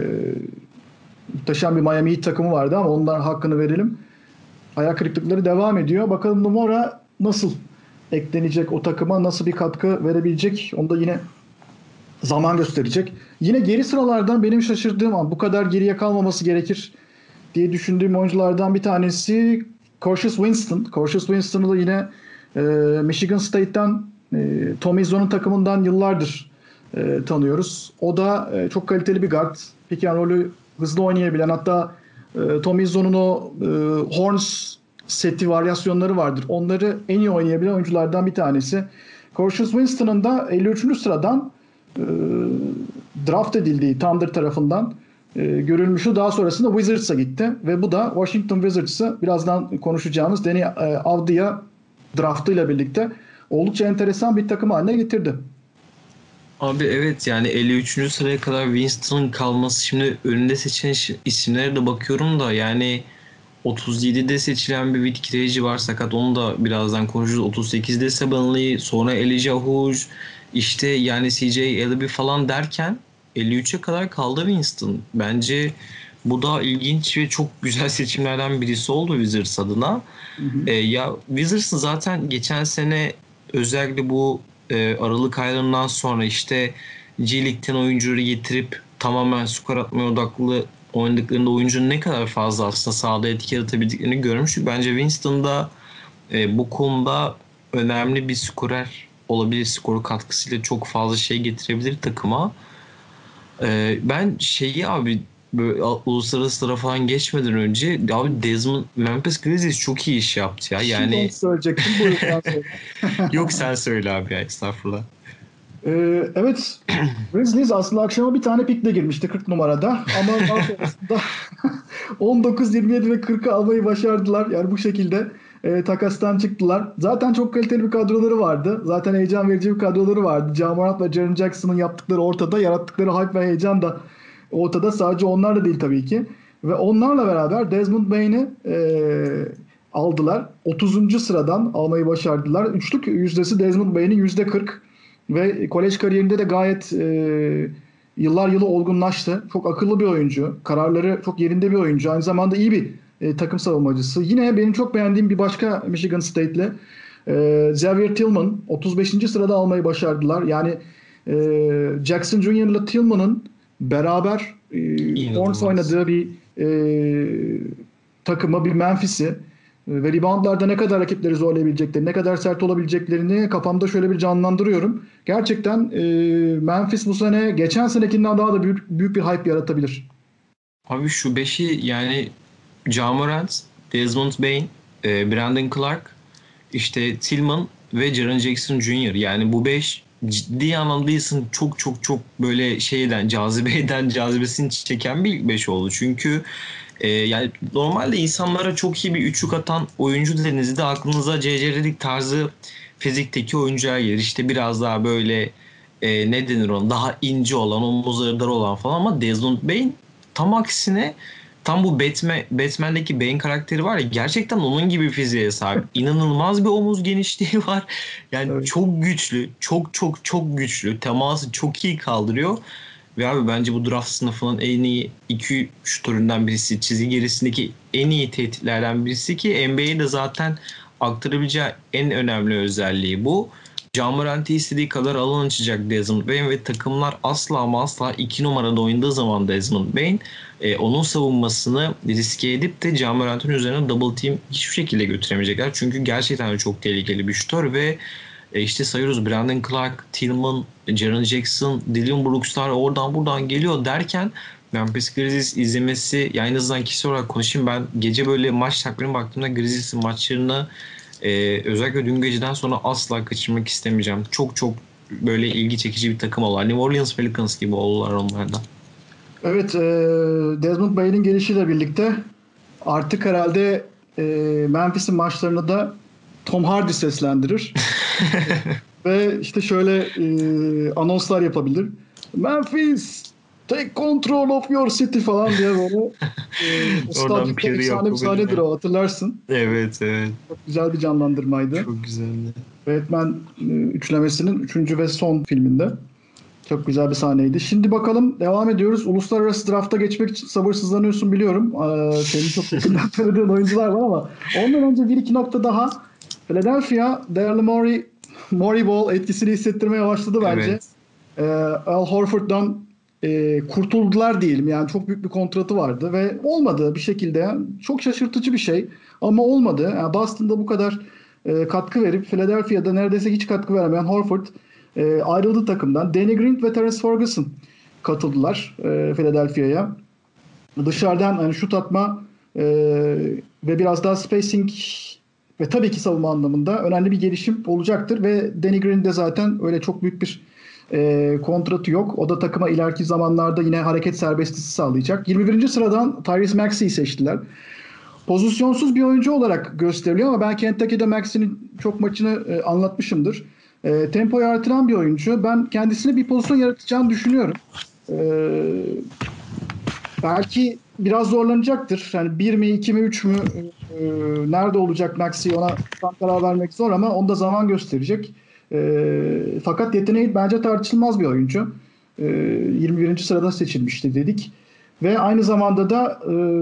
Speaker 1: Muhteşem bir Miami Heat takımı vardı ama onların hakkını verelim. Hayal kırıklıkları devam ediyor. Bakalım Numara nasıl eklenecek o takıma, nasıl bir katkı verebilecek, onu da yine zaman gösterecek. Yine geri sıralardan benim şaşırdığım an, bu kadar geriye kalmaması gerekir diye düşündüğüm oyunculardan bir tanesi Cassius Winston. Cassius Winston'ı da yine Michigan State'ten Tom Izzo'nun takımından yıllardır tanıyoruz. O da çok kaliteli bir guard. Pick and roll'ü hızlı oynayabilen, hatta Tom Izzo'nun o Horns seti varyasyonları vardır. Onları en iyi oynayabilen oyunculardan bir tanesi. Cassius Winston'ın da 53. sıradan e, draft edildiği Thunder tarafından görülmüştü. Daha sonrasında Wizards'a gitti ve bu da Washington Wizards'ı birazdan konuşacağımız Deni Avdija draftıyla birlikte oldukça enteresan bir takım haline getirdi.
Speaker 2: Abi evet yani 53. sıraya kadar Winston'ın kalması, şimdi önünde seçen isimlere de bakıyorum da yani 37'de seçilen bir Whit Kireci var sakat, onu da birazdan konuşuruz. 38'de Saben Lee, sonra Elijah Hood, işte yani CJ Elleby falan derken 53'e kadar kaldı Winston. Bence bu da ilginç ve çok güzel seçimlerden birisi oldu Wizards adına.
Speaker 1: Hı hı.
Speaker 2: Ya Wizards'ı zaten geçen sene özellikle bu Aralık aylarından sonra işte G League'den oyuncuları getirip tamamen skor atmaya odaklı oynadıklarında oyuncunun ne kadar fazla aslında sahada etki yaratabildiklerini görmüştük. Bence Winston da bu konuda önemli bir skorer olabilir. Skoru katkısıyla çok fazla şey getirebilir takıma. Ben şeyi abi böyle uluslararası sıra falan geçmeden önce abi Memphis Grizzlies çok iyi iş yaptı ya.
Speaker 1: Şimdi onu
Speaker 2: Yani
Speaker 1: söyleyecektim. Buyurun sen söyle.
Speaker 2: yok sen söyle abi ya, estağfurullah.
Speaker 1: Evet, Grizzlies aslında akşama bir tane pikle girmişti 40 numarada ama daha sonrasında 19, 27 ve 40'ı almayı başardılar. Yani bu şekilde takastan çıktılar. Zaten çok kaliteli bir kadroları vardı. Zaten heyecan verici bir kadroları vardı. Ja Morant ve Jaren Jackson'ın yaptıkları ortada, yarattıkları hype ve heyecan da ortada. Sadece onlar da değil tabii ki. Ve onlarla beraber Desmond Bane'i aldılar. 30. sıradan almayı başardılar. Üçlük yüzdesi Desmond Bane'in %40 ve kolej kariyerinde de gayet yıllar yılı olgunlaştı. Çok akıllı bir oyuncu. Kararları çok yerinde bir oyuncu. Aynı zamanda iyi bir takım savunmacısı. Yine benim çok beğendiğim bir başka Michigan State'li Xavier Tillman 35. sırada almayı başardılar. Yani Jackson Jr. ile Tillman'ın beraber Horns
Speaker 2: İnanılmaz.
Speaker 1: oynadığı bir takımı, bir Memphis'i ve reboundlarda ne kadar rakipleri zorlayabileceklerini, ne kadar sert olabileceklerini kafamda şöyle bir canlandırıyorum. Gerçekten Memphis bu sene geçen senekinden daha da büyük bir hype yaratabilir.
Speaker 2: Abi şu beşi yani Ja Morant, Desmond Bane, Brandon Clark, işte Tillman ve Jaren Jackson Jr. Yani bu 5 ciddi anlamda çok çok çok böyle şeyden cazibesini çeken bir ilk 5 oldu. Çünkü yani normalde insanlara çok iyi bir üçlük atan oyuncu dediğinizde aklınıza C.C. Redick tarzı fizikteki oyuncular gelir. İşte biraz daha böyle ne denir ona, daha ince olan, omuzları dar olan falan, ama Desmond Bane tam aksine, tam bu Batman'deki Bane karakteri var ya, gerçekten onun gibi fiziğe sahip. İnanılmaz bir omuz genişliği var. Yani
Speaker 1: Evet.
Speaker 2: çok güçlü. Çok çok çok güçlü. Teması çok iyi kaldırıyor. Ve abi bence bu draft sınıfının en iyi 2 şutöründen birisi. Çizgi gerisindeki en iyi tehditlerden birisi ki NBA'de zaten aktarabileceği en önemli özelliği bu. Ja Morant'i istediği kadar alan açacak Desmond Bane ve takımlar asla ama asla 2 numarada oynadığı zaman Desmond Bane onun savunmasını riske edip de Ja Morant'ın üzerine double team hiçbir şekilde götüremeyecekler. Çünkü gerçekten de çok tehlikeli bir şutör ve işte sayıyoruz, Brandon Clark, Tillman, Jaren Jackson, Dillon Brooks'lar oradan buradan geliyor derken Memphis Grizzlies izlemesi, yani en azından kişisel olarak konuşayım, ben gece böyle maç takvimine baktığımda Grizzlies'in maçlarını özellikle dün geceden sonra asla kaçırmak istemeyeceğim. Çok çok böyle ilgi çekici bir takım oldular. New Orleans Pelicans gibi oldular onlardan.
Speaker 1: Evet, Desmond Bane'in gelişiyle birlikte artık herhalde Memphis'in maçlarını da Tom Hardy seslendirir. Ve işte şöyle anonslar yapabilir. Memphis, take control of your city falan diye böyle
Speaker 2: Oradan
Speaker 1: stadyumda
Speaker 2: PR
Speaker 1: efsane bir sahnedir
Speaker 2: yapabilirler.
Speaker 1: o, hatırlarsın.
Speaker 2: Evet, evet.
Speaker 1: Çok güzel bir canlandırmaydı.
Speaker 2: Çok güzeldi.
Speaker 1: Batman üçlemesinin üçüncü ve son filminde. Çok güzel bir sahneydi. Şimdi bakalım, devam ediyoruz. Uluslararası drafta geçmek için sabırsızlanıyorsun biliyorum. Senin çok yakından tanıdığın oyuncular var ama ondan önce bir iki nokta daha. Philadelphia, Daryl Morey Ball etkisini hissettirmeye başladı bence.
Speaker 2: Evet.
Speaker 1: Al Horford'dan kurtuldular diyelim. Yani çok büyük bir kontratı vardı ve olmadı bir şekilde. Çok şaşırtıcı bir şey ama olmadı. Yani Boston'da bu kadar katkı verip Philadelphia'da neredeyse hiç katkı vermeyen Horford ayrıldı takımdan. Danny Green ve Terence Ferguson katıldılar Philadelphia'ya. Dışarıdan hani şut atma ve biraz daha spacing ve tabii ki savunma anlamında önemli bir gelişim olacaktır ve Danny Green de zaten öyle çok büyük bir kontratı yok. O da takıma ileriki zamanlarda yine hareket serbestisi sağlayacak. 21. sıradan Tyrese Maxey'i seçtiler. Pozisyonsuz bir oyuncu olarak gösteriliyor ama ben Kentucky'de Maxey'nin çok maçını anlatmışımdır. Tempoyu artıran bir oyuncu. Ben kendisine bir pozisyon yaratacağını düşünüyorum. E, Belki biraz zorlanacaktır. Yani 1 mi, 2 mi, 3 mü nerede olacak Maxey, ona tam karar vermek zor ama onu da zaman gösterecek. Fakat yeteneği bence tartışılmaz bir oyuncu. 21. sırada seçilmişti dedik. Ve aynı zamanda da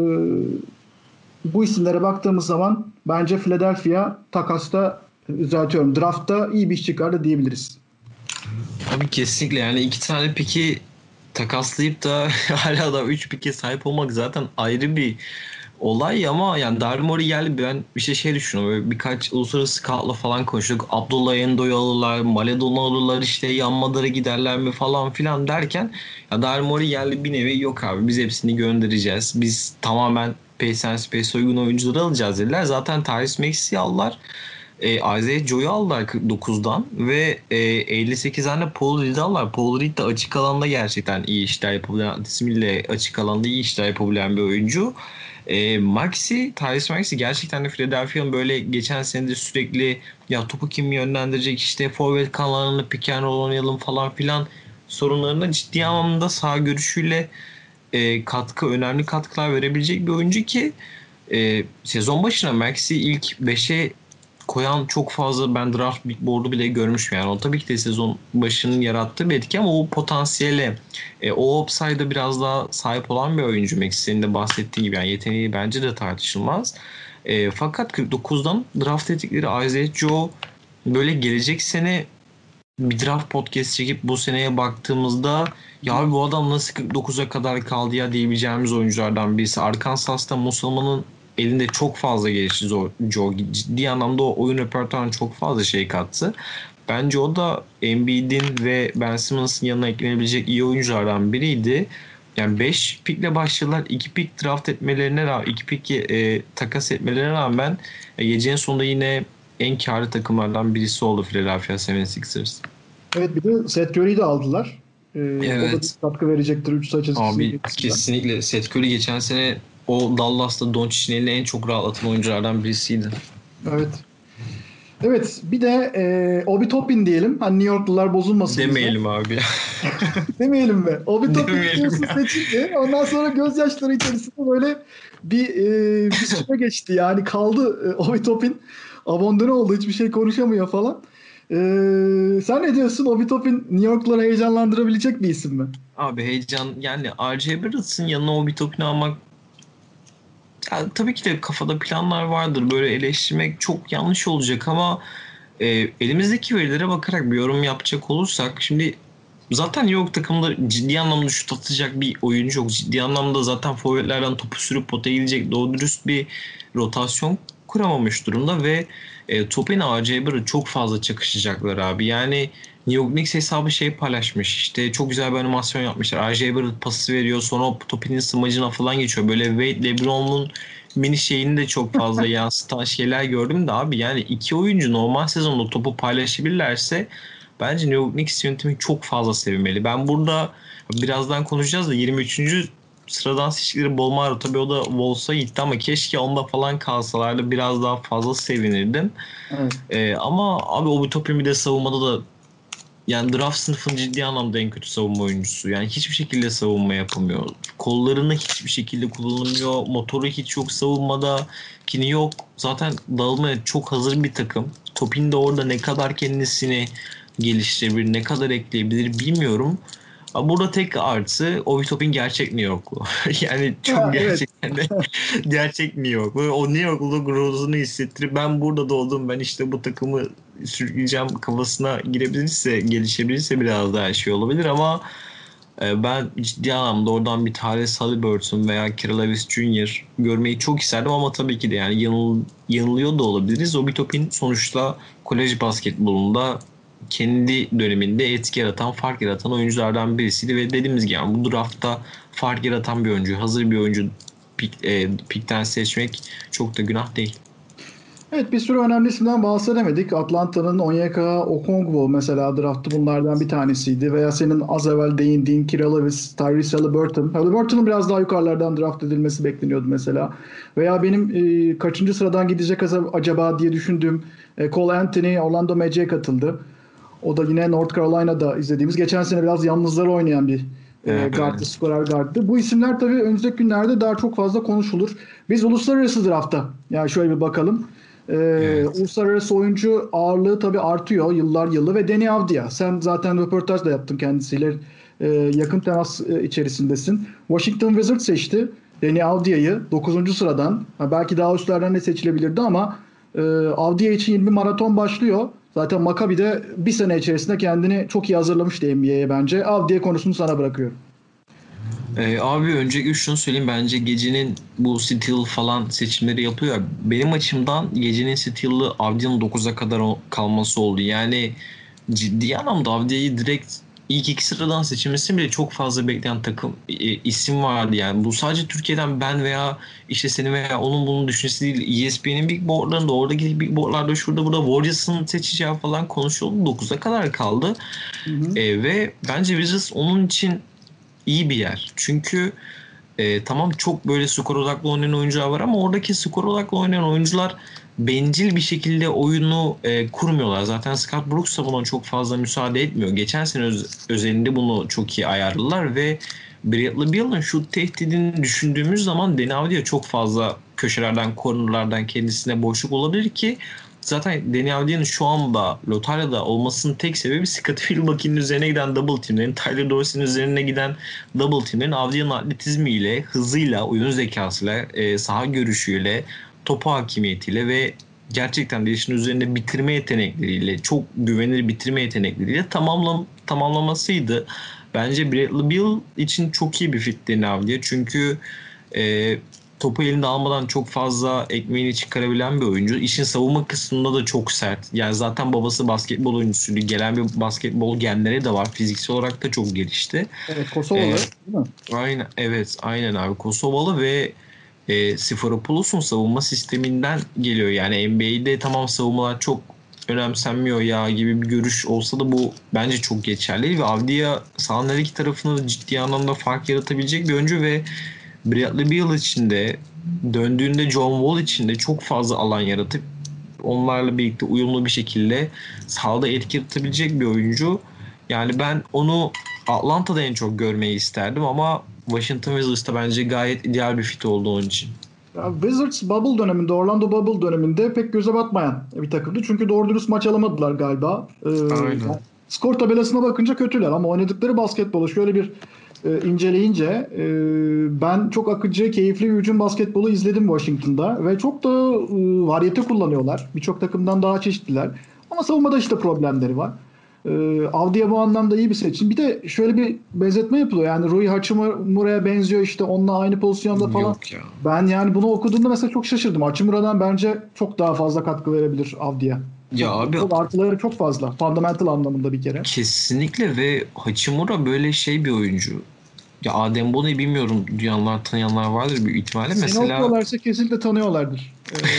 Speaker 1: bu isimlere baktığımız zaman bence Philadelphia takasta, düzeltiyorum, draftta iyi bir iş çıkardı diyebiliriz.
Speaker 2: Abi kesinlikle, yani 2 tane piki takaslayıp da hala da 3 pike sahip olmak zaten ayrı bir olay, ama yani Daryl Morey geldi, ben bir şey düşünüyorum. Böyle birkaç uluslararası scout'la falan konuştuk. Abdullah Endo'yu alırlar, Maledon'u alırlar, işte Yanmadar'a giderler mi falan filan derken, ya Daryl Morey geldi, bir nevi yok abi biz hepsini göndereceğiz. Biz tamamen pace and space uygun oyuncuları alacağız dediler. Zaten Tyrese Maxey'i aldılar. Isaiah Joe'yu aldılar 49'dan ve 58 tane Paul Reed'i aldılar. Paul Reed de açık alanda gerçekten iyi işler yapabilen, ismiyle açık alanda iyi işler yapabilen bir oyuncu. Tyrese Maxey gerçekten de Philadelphia'nın böyle geçen senede sürekli ya topu kim yönlendirecek, işte forvet kanallarını pick and roll oynayalım falan filan sorunlarına ciddi anlamda sağ görüşüyle önemli katkılar verebilecek bir oyuncu ki sezon başına Maxey ilk 5'e koyan çok fazla ben draft board'u bile görmüşüm. Yani o tabii ki de sezon başının yarattığı bir etki, ama o potansiyele, o upside'a biraz daha sahip olan bir oyuncu Maxey, senin de bahsettiğin gibi. Yani yeteneği bence de tartışılmaz. Fakat 49'dan draft ettikleri Isaiah Joe böyle gelecek sene bir draft podcast çekip bu seneye baktığımızda ya abi bu adam nasıl 49'a kadar kaldı ya diyebileceğimiz oyunculardan birisi. Arkansas'ta Musalman'ın elinde çok fazla gelişti Joe. Ciddi anlamda o oyun repertuarına çok fazla şey kattı. Bence o da Embiid'in ve Ben Simmons'ın yanına eklenebilecek iyi oyunculardan biriydi. yani 5 pikle başladılar. 2 pik draft etmelerine rağmen, 2 pik takas etmelerine rağmen gecenin sonunda yine en karlı takımlardan birisi oldu Philadelphia 76ers.
Speaker 1: Evet, bir de Seth Curry'i de aldılar. O da bir
Speaker 2: Evet.
Speaker 1: katkı verecektir 3 sayı çizgisinin
Speaker 2: Abi
Speaker 1: geçmesinden.
Speaker 2: kesinlikle Seth Curry geçen sene o Dallas'ta Doncic'in elini en çok rahatlatan oyunculardan birisiydi.
Speaker 1: Evet. Evet, bir de Obi Toppin diyelim. Hani New Yorklular bozulmasın bize.
Speaker 2: Demeyelim abi.
Speaker 1: Demeyelim mi? Obi Toppin
Speaker 2: Demeyelim
Speaker 1: biliyorsun
Speaker 2: ya.
Speaker 1: seçildi. Ondan sonra gözyaşları içerisinde böyle bir süre geçti. Yani kaldı Obi Toppin. Abandone oldu. Hiçbir şey konuşamıyor falan. Sen ne diyorsun? Obi Toppin New Yorkluları heyecanlandırabilecek bir isim mi?
Speaker 2: Abi heyecan yani R.J. Barrett'ın yanına o bir topunu almak ya, tabii ki de kafada planlar vardır. Böyle eleştirmek çok yanlış olacak ama elimizdeki verilere bakarak bir yorum yapacak olursak şimdi zaten New York takımında ciddi anlamda şut atacak bir oyuncu yok. Ciddi anlamda zaten forvetlerden topu sürüp potaya gidecek doğru dürüst bir rotasyon kuramamış durumda ve Topin R.J. Barrett çok fazla çakışacaklar abi. Yani New York Knicks hesabı şey paylaşmış. İşte çok güzel bir animasyon yapmışlar. R.J. Barrett pası veriyor. Sonra Topin'in smacına falan geçiyor. Böyle Wade LeBron'un mini şeyini de çok fazla yansıtan şeyler gördüm de abi. Yani iki oyuncu normal sezonda topu paylaşabilirlerse bence New York Knicks yönetimi çok fazla sevinmeli. Ben burada birazdan konuşacağız da 23. sıradan seçtikleri Bolmaro tabii o da Wolves'a gitti ama keşke onda falan kalsalardı biraz daha fazla sevinirdim.
Speaker 1: Evet.
Speaker 2: Ama abi Obi Toppin bir de savunmada da yani draft sınıfının ciddi anlamda en kötü savunma oyuncusu. Yani hiçbir şekilde savunma yapamıyor. Kollarını hiçbir şekilde kullanamıyor. Motoru hiç yok savunmada. Kini yok. Zaten dağılmaya çok hazır bir takım. Topin de orada ne kadar kendisini geliştirebilir, ne kadar ekleyebilir bilmiyorum. Ama burada tek artı Obi Toppin gerçek New Yorklu. Yani çok
Speaker 1: Ha, evet.
Speaker 2: gerçekten de gerçek New York. Böyle o New Yorklu gururunu hissettirip ben burada doğdum, ben işte bu takımı sürükleyeceğim kafasına girebilirse, gelişebilirse biraz daha şey olabilir ama ben ciddi anlamda oradan bir Tyrese Haliburton veya Kira Lewis Jr. görmeyi çok isterdim ama tabii ki de yani yanılıyor da olabiliriz. Obi Toppin sonuçta kolej basketbolunda kendi döneminde etki yaratan, fark yaratan oyunculardan birisiydi ve dediğimiz gibi yani bu draftta fark yaratan bir oyuncu, hazır bir oyuncu pikten seçmek çok da günah değil.
Speaker 1: Evet, bir sürü önemli isimden bahsedemedik. Atlanta'nın Onyeka Okongwu mesela draftı bunlardan bir tanesiydi. Veya senin az evvel değindiğin Kira Lewis, Tyrese Haliburton. Haliburton'un biraz daha yukarılardan draft edilmesi bekleniyordu mesela. Veya benim kaçıncı sıradan gidecek acaba diye düşündüğüm Cole Anthony Orlando Magic'e katıldı. O da yine North Carolina'da izlediğimiz, geçen sene biraz yalnızları oynayan bir guardlı,
Speaker 2: Evet.
Speaker 1: skorer guarddı. Bu isimler tabii önümüzdeki günlerde daha çok fazla konuşulur. Biz uluslararası draftta yani şöyle bir bakalım.
Speaker 2: Evet.
Speaker 1: Uluslararası oyuncu ağırlığı tabii artıyor yıllar yılı ve Deni Avdija. Sen zaten röportaj da yaptın kendisiyle. Yakın temas içerisindesin. Washington Wizards seçti Deni Avdija'yı 9. sıradan. Ha, belki daha üstlerden de seçilebilirdi ama Avdija için yeni bir maraton başlıyor. Zaten Maccabi de bir sene içerisinde kendini çok iyi hazırlamıştı NBA'ye bence. Avdija konusunu sana bırakıyorum.
Speaker 2: Abi öncelikle şunu söyleyeyim, bence gecenin bu Steel falan seçimleri yapıyor. Benim açımdan gecenin Steel'ı Avdi'nin 9'a kadar kalması oldu. Yani ciddi anlamda Avdi'yi direkt ilk iki sıradan seçilmesi bile çok fazla bekleyen takım isim vardı. Yani bu sadece Türkiye'den ben veya işte senin veya onun bunun düşüncesi değil. ESPN'in big boardlarında, oradaki big boardlarda şurada burada Warriors'ın seçeceği falan konuşuldu. 9'a kadar kaldı.
Speaker 1: Hı hı.
Speaker 2: Ve bence Wizards onun için iyi bir yer. Çünkü tamam çok böyle skor odaklı oynayan oyuncular var ama oradaki skor odaklı oynayan oyuncular bencil bir şekilde oyunu kurmuyorlar. Zaten Scott Brooks da buna çok fazla müsaade etmiyor. Geçen sene özelinde bunu çok iyi ayarladılar ve Bradley Beal'ın şut tehdidini düşündüğümüz zaman Deni Avdija çok fazla köşelerden, kornerlardan kendisine boşluk olabilir ki zaten Deni Avdija'nın şu anda Lotarya'da olmasının tek sebebi Scottie Milwaukee'nin üzerine giden double teamlerin, Tyler Dorsey'nin üzerine giden double teamlerin Avdija'nın atletizmiyle, hızıyla, oyun zekasıyla, saha görüşüyle, topu hakimiyetiyle ve gerçekten de işin üzerinde bitirme yetenekleriyle, çok güvenilir bitirme yetenekleriyle tamamlamasıydı. Bence Bradley Beal için çok iyi bir fit Deni Avdija. Çünkü topu elinde almadan çok fazla ekmeğini çıkarabilen bir oyuncu. İşin savunma kısmında da çok sert. Yani zaten babası basketbol oyuncusuydu. Gelen bir basketbol genleri de var. Fiziksel olarak da çok gelişti.
Speaker 1: Evet,
Speaker 2: Ee,
Speaker 1: Kosovalı değil mi?
Speaker 2: aynen, evet, aynen abi. Kosovalı ve Siforopoulos savunma sisteminden geliyor. Yani NBA'de tamam savunmalar çok önemsenmiyor ya gibi bir görüş olsa da bu bence çok geçerli ve Avdiya sahanın her iki tarafında da ciddi anlamda fark yaratabilecek bir oyuncu ve Bradley Beal için de döndüğünde John Wall için de çok fazla alan yaratıp onlarla birlikte uyumlu bir şekilde sahada etki yaratabilecek bir oyuncu. Yani ben onu Atlanta'da en çok görmeyi isterdim ama Washington Wizards'ta bence gayet ideal bir fit oldu onun için.
Speaker 1: Ya Wizards Bubble döneminde, Orlando Bubble döneminde pek göze batmayan bir takımdı. Çünkü doğru dürüst maç alamadılar galiba.
Speaker 2: Aynen.
Speaker 1: Yani skor tabelasına bakınca kötüler ama oynadıkları basketbolu şöyle bir inceleyince ben çok akıcı, keyifli bir hücum basketbolu izledim Washington'da ve çok da varyete kullanıyorlar. Birçok takımdan daha çeşitliler. Ama savunmada işte problemleri var. Avdiya bu anlamda iyi bir seçim. Bir de şöyle bir benzetme yapılıyor. Yani Rui Hachimura'ya benziyor işte onunla aynı pozisyonda falan.
Speaker 2: Yok ya.
Speaker 1: Ben yani bunu okuduğumda mesela çok şaşırdım. Hachimura'dan bence çok daha fazla katkı verebilir Avdiya.
Speaker 2: Ya
Speaker 1: Çok,
Speaker 2: abi,
Speaker 1: çok artıları çok fazla. Fundamental anlamında bir kere.
Speaker 2: kesinlikle ve Hachimura böyle şey bir oyuncu. Ya Adem Bono'yu bilmiyorum, duyanlar tanıyanlar vardır büyük ihtimalle.
Speaker 1: Seni
Speaker 2: Mesela
Speaker 1: okuyorlarsa kesinlikle tanıyorlardır.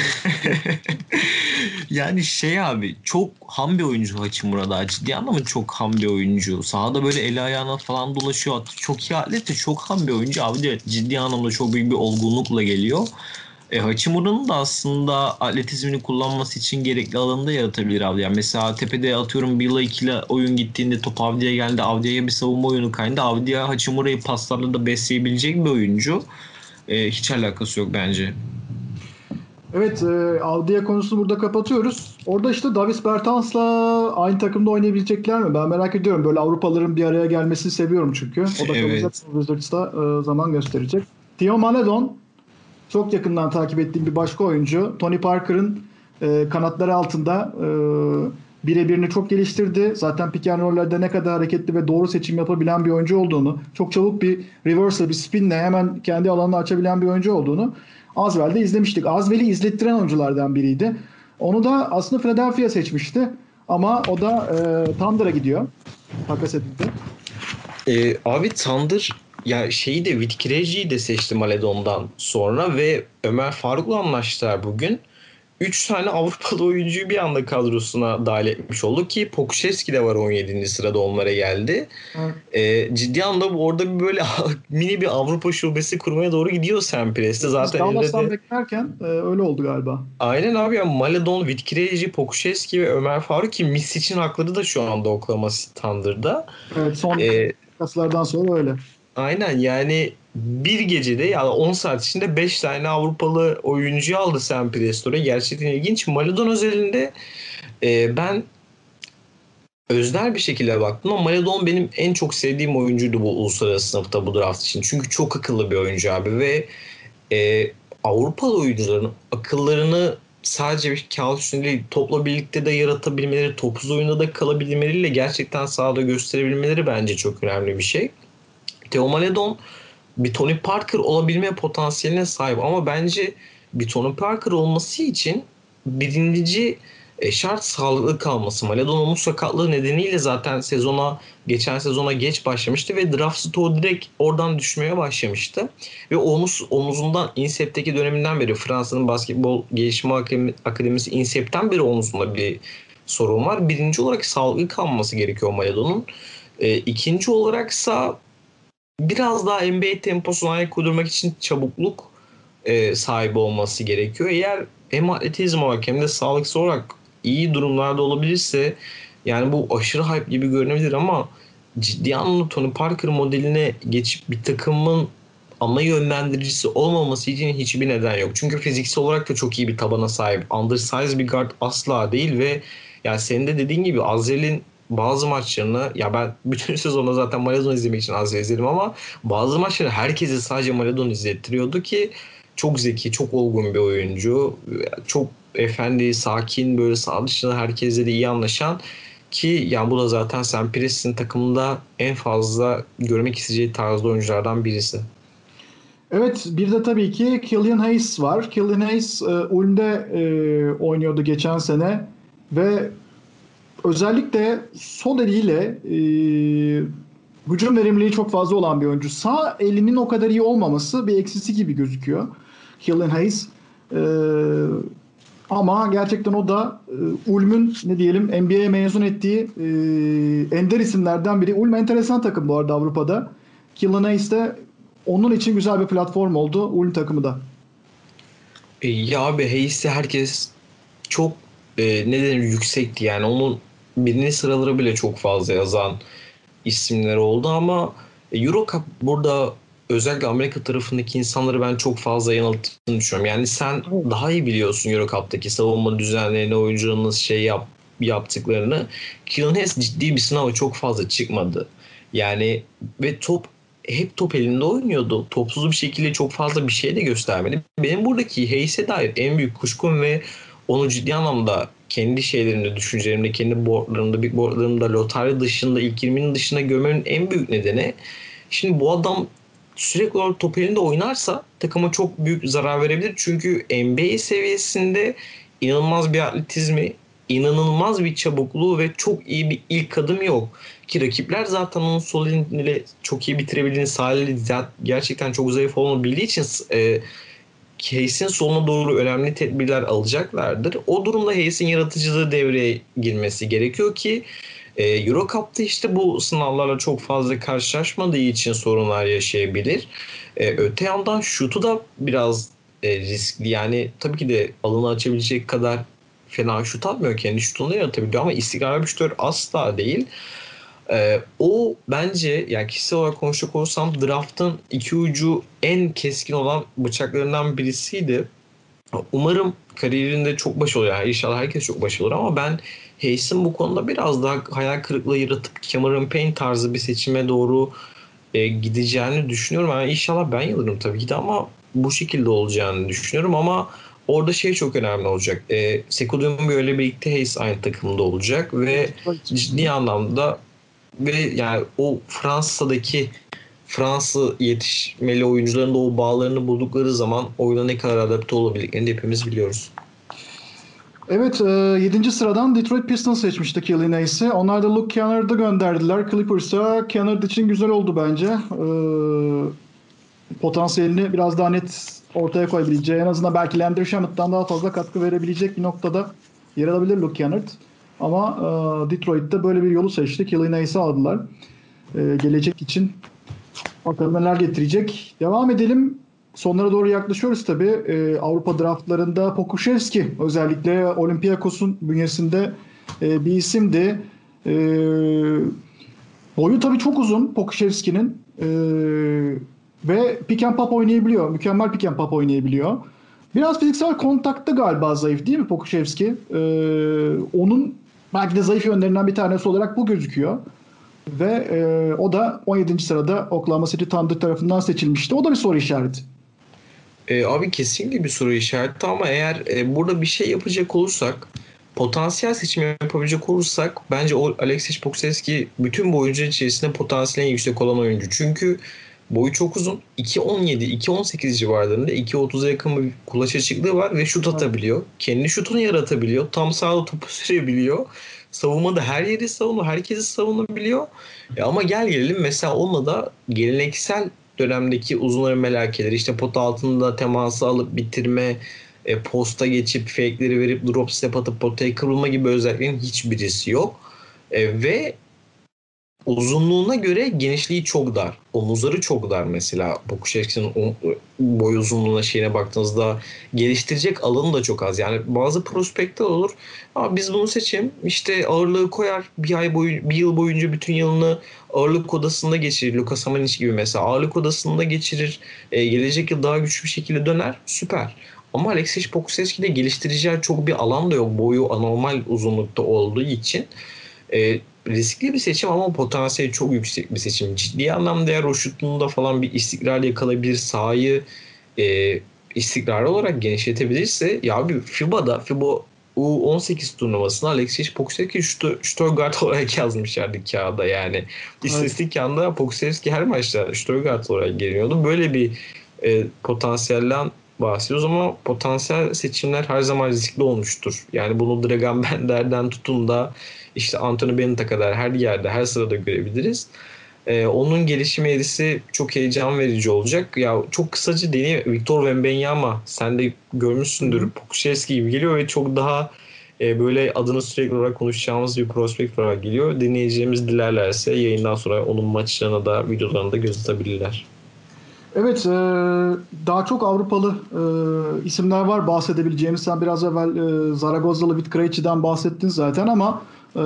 Speaker 2: yani şey abi, çok ham bir oyuncu Hachimura da, ciddi anlamda çok ham bir oyuncu. Sahada böyle eli ayağına falan dolaşıyor. Çok iyi atlet ve çok ham bir oyuncu. Abi de ciddi anlamda çok büyük bir olgunlukla geliyor. Hachimura'nın da aslında atletizmini kullanması için gerekli alanı da yaratabilir abi. Yani mesela tepede atıyorum 1'la 2'le oyun gittiğinde top Avdi'ye geldi. Avdi'ye bir savunma oyunu kaydı. Avdi'ye Hachimura'yı paslarla da besleyebilecek bir oyuncu. Hiç alakası yok bence.
Speaker 1: Evet, Avdiya konusunu burada kapatıyoruz. Orada işte Davis Bertans'la aynı takımda oynayabilecekler mi? Ben merak ediyorum. Böyle Avrupalıların bir araya gelmesini seviyorum çünkü. O da kalacak
Speaker 2: Evet.
Speaker 1: Wizards'ta zaman gösterecek. Theo Maledon çok yakından takip ettiğim bir başka oyuncu. Tony Parker'ın kanatları altında birebirini çok geliştirdi. Zaten pick and roll'lerde ne kadar hareketli ve doğru seçim yapabilen bir oyuncu olduğunu, çok çabuk bir reversal, bir spinle hemen kendi alanını açabilen bir oyuncu olduğunu Asvel'de izlemiştik. Asvel'i izlettiren oyunculardan biriydi. Onu da aslında Philadelphia seçmişti. Ama o da Thunder'a gidiyor. Takas edildi.
Speaker 2: Abi Thunder ya şeyi de Vitkireci'yi de seçti Maledon'dan sonra ve Ömer Faruk'la anlaştılar bugün. 3 tane Avrupalı oyuncuyu bir anda kadrosuna dahil etmiş oldu ki Pokusevski de var 17. sırada, onlara geldi.
Speaker 1: Evet.
Speaker 2: Ciddi anlamda orada bir böyle mini bir Avrupa şubesi kurmaya doğru gidiyor Sam Presti.
Speaker 1: Biz
Speaker 2: Zaten elinde
Speaker 1: Dallas'tan
Speaker 2: de
Speaker 1: beklerken öyle oldu galiba.
Speaker 2: aynen abi ya, Maledon, Vitkireci, Pokusevski ve Ömer Faruk ki Misic'in hakları da şu anda Oklahoma City Thunder'da.
Speaker 1: Evet, son
Speaker 2: Ee,
Speaker 1: takaslardan sonra öyle.
Speaker 2: Aynen yani bir gecede yani 10 saat içinde 5 tane Avrupalı oyuncu aldı Sam Prestore. Gerçekten ilginç. Maledon özelinde ben öznel bir şekilde baktım ama Maledon benim en çok sevdiğim oyuncuydu bu uluslararası sınıfta bu draft için. Çünkü çok akıllı bir oyuncu abi ve Avrupalı oyuncuların akıllarını sadece bir kağıt üstünde değil, topla birlikte de yaratabilmeleri, topsuz oyunda da kalabilmeleriyle gerçekten sahada gösterebilmeleri bence çok önemli bir şey. Theo Maledon bir Tony Parker olabilme potansiyeline sahip ama bence bir Tony Parker olması için birinci şart sağlıklı kalması. Maledon omuz sakatlığı nedeniyle zaten geçen sezona geç başlamıştı ve draft stoğu direkt oradan düşmeye başlamıştı. Ve omuzundan INSEP'teki döneminden beri, Fransa'nın basketbol gelişimi akademisi INSEP'ten beri omuzunda bir sorun var. Birinci olarak sağlıklı kalması gerekiyor Maledon'un. İkinci olaraksa biraz daha NBA temposuna ayak uydurmak için çabukluk sahibi olması gerekiyor. Eğer hem atletizm olarak hem de sağlıksal olarak iyi durumlarda olabilirse, yani bu aşırı hype gibi görünebilir ama ciddi anlamda Tony Parker modeline geçip bir takımın ana yönlendiricisi olmaması için hiçbir neden yok. Çünkü fiziksel olarak da çok iyi bir tabana sahip. Undersized bir guard asla değil ve yani senin de dediğin gibi Azel'in bazı maçlarını, ya ben bütün sezonda zaten Maradona izlemek için Azel izledim ama bazı maçları herkese sadece Maradona izlettiriyordu ki çok zeki, çok olgun bir oyuncu. Çok efendi, sakin, böyle sağ dışında herkesle de iyi anlaşan ki yani bu da zaten Sam Presti'nin takımında en fazla görmek isteyeceği tarzda oyunculardan birisi.
Speaker 1: Evet, bir de tabii ki Killian Hayes var. Killian Hayes Ulm'de oynuyordu geçen sene ve özellikle sol eliyle hücum verimliliği çok fazla olan bir oyuncu. Sağ elinin o kadar iyi olmaması bir eksisi gibi gözüküyor. Killian Hayes. E, Ama gerçekten o da Ulm'ün ne diyelim NBA'ye mezun ettiği ender isimlerden biri. Ulm enteresan takım bu arada Avrupa'da. Killian Hayes de onun için güzel bir platform oldu Ulm takımı da.
Speaker 2: Ya abi Hayes'i herkes çok ne denir yüksekti yani onun birinci sıraları bile çok fazla yazan isimler oldu ama Euro Cup burada özellikle Amerika tarafındaki insanları ben çok fazla yanılttığını düşünüyorum. Yani sen
Speaker 1: Evet.
Speaker 2: daha iyi biliyorsun Euro Cup'taki savunma düzenlerini, oyuncuların nasıl yaptıklarını. Kylian Hayes ciddi bir sınava çok fazla çıkmadı. Yani ve hep top elinde oynuyordu. Topsuz bir şekilde çok fazla bir şey de göstermedi. Benim buradaki Hayes'e dair en büyük kuşkum ve onu ciddi anlamda kendi şeylerimde, düşüncelerimde, kendi boardlarımda, big boardlarımda, lotarya dışında, ilk 20'nin dışında görmemin en büyük nedeni şimdi bu adam sürekli olarak top elinde oynarsa takıma çok büyük zarar verebilir. Çünkü NBA seviyesinde inanılmaz bir atletizmi, inanılmaz bir çabukluğu ve çok iyi bir ilk adım yok. Ki rakipler zaten onun sol eliyle çok iyi bitirebildiğini, sağ eliyle gerçekten çok zayıf olduğunu bildiği için Hayes'in soluna doğru önemli tedbirler alacaklardır. O durumda Hayes'in yaratıcılığı devreye girmesi gerekiyor ki Euro Cup'ta işte bu sınavlarla çok fazla karşılaşmadığı için sorunlar yaşayabilir. Öte yandan şutu da biraz riskli. Yani tabii ki de alanı açabilecek kadar fena şut atmıyor. Kendi şutunu da yaratabiliyor ama istikrarlı bir şutör asla değil. O bence yani kişisel olarak konuşacak olursam draft'ın iki ucu en keskin olan bıçaklarından birisiydi. Umarım kariyerinde çok başarılı olur. Yani inşallah herkes çok başarılı olur ama ben Hayes'in bu konuda biraz daha hayal kırıklığı yaratıp Cameron Payne tarzı bir seçime doğru gideceğini düşünüyorum. Yani inşallah ben yanılırım tabii ki de ama bu şekilde olacağını düşünüyorum ama orada şey çok önemli olacak. Sekou Doumbouya öyle birlikte Hayes aynı takımda olacak ve
Speaker 1: Detroit. Hı hı.
Speaker 2: ciddi anlamda ve yani o Fransız yetişmeli oyuncuların da o bağlarını buldukları zaman oyuna ne kadar adapte olabildiklerini de hepimiz biliyoruz.
Speaker 1: Evet, 7. sıradan Detroit Pistons seçmişti Killian Hayes'i. Onlar da Luke Kennard'ı gönderdiler Clippers'a. Kennard için güzel oldu bence. Potansiyelini biraz daha net ortaya koyabileceği, en azından belki Landry Shamet'tan daha fazla katkı verebilecek bir noktada yer alabilir Luke Kennard. Ama Detroit'te böyle bir yolu seçti. Killian Hayes'i aldılar. Gelecek için bakalım neler getirecek. Devam edelim. Sonlara doğru yaklaşıyoruz tabii. Avrupa draftlarında Pokusevski özellikle Olympiakos'un bünyesinde bir isimdi. E, Boyu tabii çok uzun Pokusevski'nin. Ve pick and pop oynayabiliyor. Mükemmel pick and pop oynayabiliyor. Biraz fiziksel kontakta galiba zayıf değil mi Pokusevski? Onun belki de zayıf yönlerinden bir tanesi olarak bu gözüküyor. Ve o da 17. sırada Oklahoma City Thunder tarafından seçilmişti. O da bir soru işareti.
Speaker 2: Abi kesinlikle bir soru işareti ama eğer burada bir şey yapacak olursak potansiyel seçim yapabilecek olursak bence o Aleksej Pokusevski bütün bu oyuncular içerisinde potansiyeli en yüksek olan oyuncu. Çünkü boyu çok uzun. 2.17, 2.18 civarlarında 2.30'a yakın bir kulaç açıklığı var ve şut
Speaker 1: Evet.
Speaker 2: atabiliyor. Kendi şutunu yaratabiliyor. Tam sahada topu sürebiliyor. Savunmada her yeri savunuyor. Herkesi savunabiliyor. Ama gel gelelim mesela onunla da geleneksel dönemdeki uzunların melakeleri işte pot altında teması alıp bitirme, posta geçip fake'leri verip drop step atıp potaya kırılma gibi özelliklerin hiçbirisi yok. Ve uzunluğuna göre genişliği çok dar. Omuzları çok dar mesela. Bokuşevski'nin boy uzunluğuna şeyine baktığınızda geliştirecek alanı da çok az. Yani bazı prospektler olur. Ama biz bunu seçelim. İşte ağırlığı koyar. Bir yıl boyunca bütün yılını ağırlık odasında geçirir. Lucas Hamanic gibi mesela ağırlık odasında geçirir. Gelecek yıl daha güçlü bir şekilde döner. Süper. Ama Aleksej Pokusevski'de geliştireceği çok bir alan da yok. Boyu anormal uzunlukta olduğu için. Riskli bir seçim ama potansiyeli çok yüksek bir seçim. Ciddi anlamda eğer o şutunda falan bir istikrar yakalayabilir, sahayı istikrarlı olarak genişletebilirse ya bir FIBA U18 turnuvasında Aleksej Pokusevski Stuttgart olarak yazmışlardı kağıda yani.
Speaker 1: Evet.
Speaker 2: İstatistik kağıdında Pokusevski her maçta Stuttgart olarak geliyordu. Böyle bir potansiyelden bahsediyoruz ama potansiyel seçimler her zaman riskli olmuştur. Yani bunu Dragan Bender'den tutun da işte Anthony Bennett'a kadar her yerde, her sırada görebiliriz. Onun gelişim eğrisi çok heyecan verici olacak. Ya çok kısaca deneyim. Victor Wembanyama sen de
Speaker 1: Hı
Speaker 2: görmüşsündür.
Speaker 1: hı.
Speaker 2: Pokusevski gibi geliyor ve çok daha böyle adını sürekli olarak konuşacağımız bir prospekt olarak geliyor. Dinleyicilerimiz dilerlerse yayından sonra onun maçlarına da videolarına da göz atabilirler.
Speaker 1: Evet, daha çok Avrupalı isimler var bahsedebileceğimiz. Sen biraz evvel Zaragoza'lı Vit Krejci'den bahsettin zaten ama e,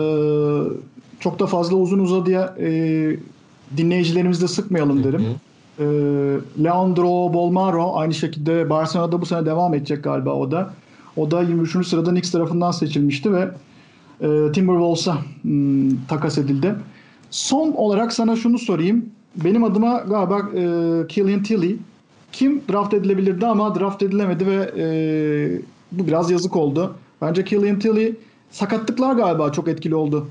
Speaker 1: çok da fazla uzun uzadıya dinleyicilerimizi de
Speaker 2: Hı
Speaker 1: sıkmayalım derim.
Speaker 2: hı.
Speaker 1: E, Leandro Bolmaro aynı şekilde Barcelona'da bu sene devam edecek galiba o da. O da 23. sırada Knicks tarafından seçilmişti ve Timberwolves'a takas edildi. Son olarak sana şunu sorayım. Benim adıma galiba Killian Tilly kim draft edilebilirdi ama draft edilemedi ve bu biraz yazık oldu. Bence Killian Tilly sakatlıklar galiba çok etkili oldu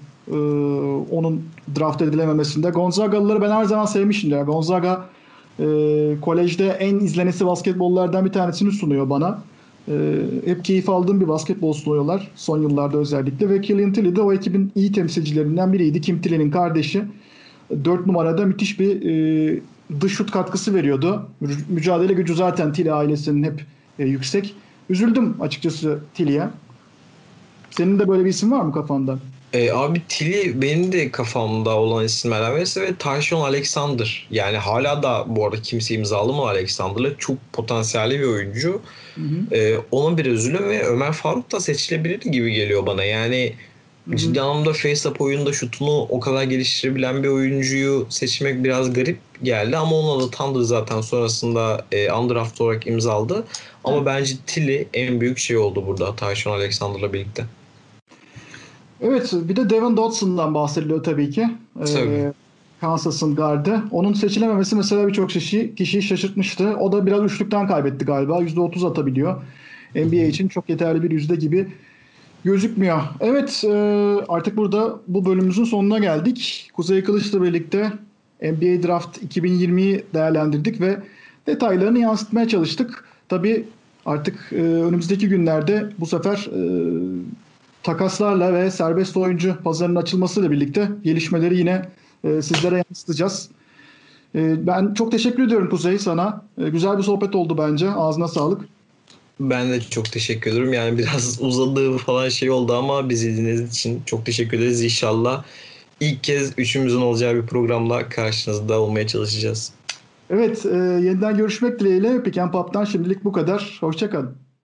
Speaker 1: onun draft edilememesinde. Gonzaga'lıları ben her zaman sevmişim. Ya. Gonzaga kolejde en izlenesi basketbollardan bir tanesini sunuyor bana. Hep keyif aldığım bir basketbol sunuyorlar son yıllarda özellikle ve Killian Tilly de o ekibin iyi temsilcilerinden biriydi. Kim Tilly'nin kardeşi 4 numarada müthiş bir dış şut katkısı veriyordu. Mücadele gücü zaten Tilly ailesinin hep yüksek. Üzüldüm açıkçası Tilly'ye. Senin de böyle bir isim var mı kafanda?
Speaker 2: Abi Tilly benim de kafamda olan isimlerden birisi ve Tyshon Alexander. Yani hala da bu arada kimse imzalamadı Alexander'la. Çok potansiyelli bir oyuncu.
Speaker 1: Hı hı.
Speaker 2: Ona bir üzülüm ve Ömer Faruk da seçilebilir gibi geliyor bana. Yani
Speaker 1: Hı hı.
Speaker 2: ciddi anlamda face-up oyunda şutunu o kadar geliştirebilen bir oyuncuyu seçmek biraz garip geldi. Ama onunla da Thunder zaten sonrasında undraft olarak imzaladı.
Speaker 1: Evet.
Speaker 2: Ama bence Tilly en büyük şey oldu burada Tyshon Alexander'la birlikte.
Speaker 1: Evet, bir de Devin Dodson'dan bahsediliyor tabii ki.
Speaker 2: Tabii.
Speaker 1: Kansas'ın gardı. Onun seçilememesi mesela birçok kişiyi şaşırtmıştı. O da biraz üçlükten kaybetti galiba. %30 atabiliyor.
Speaker 2: Hı
Speaker 1: NBA
Speaker 2: hı.
Speaker 1: için çok yeterli bir yüzde gibi gözükmüyor. Evet, artık burada bu bölümümüzün sonuna geldik. Kuzey Kılıç'la birlikte NBA Draft 2020'yi değerlendirdik ve detaylarını yansıtmaya çalıştık. Tabii artık önümüzdeki günlerde bu sefer takaslarla ve serbest oyuncu pazarının açılmasıyla birlikte gelişmeleri yine sizlere yansıtacağız. Ben çok teşekkür ediyorum Kuzey sana. Güzel bir sohbet oldu bence. Ağzına sağlık.
Speaker 2: Ben de çok teşekkür ederim. Yani biraz uzadığı falan şey oldu ama bizi dinlediğiniz için çok teşekkür ederiz. İnşallah ilk kez üçümüzün olacağı bir programla karşınızda olmaya çalışacağız.
Speaker 1: Evet, yeniden görüşmek dileğiyle. Pick and Pop'tan şimdilik bu kadar. Hoşça kalın.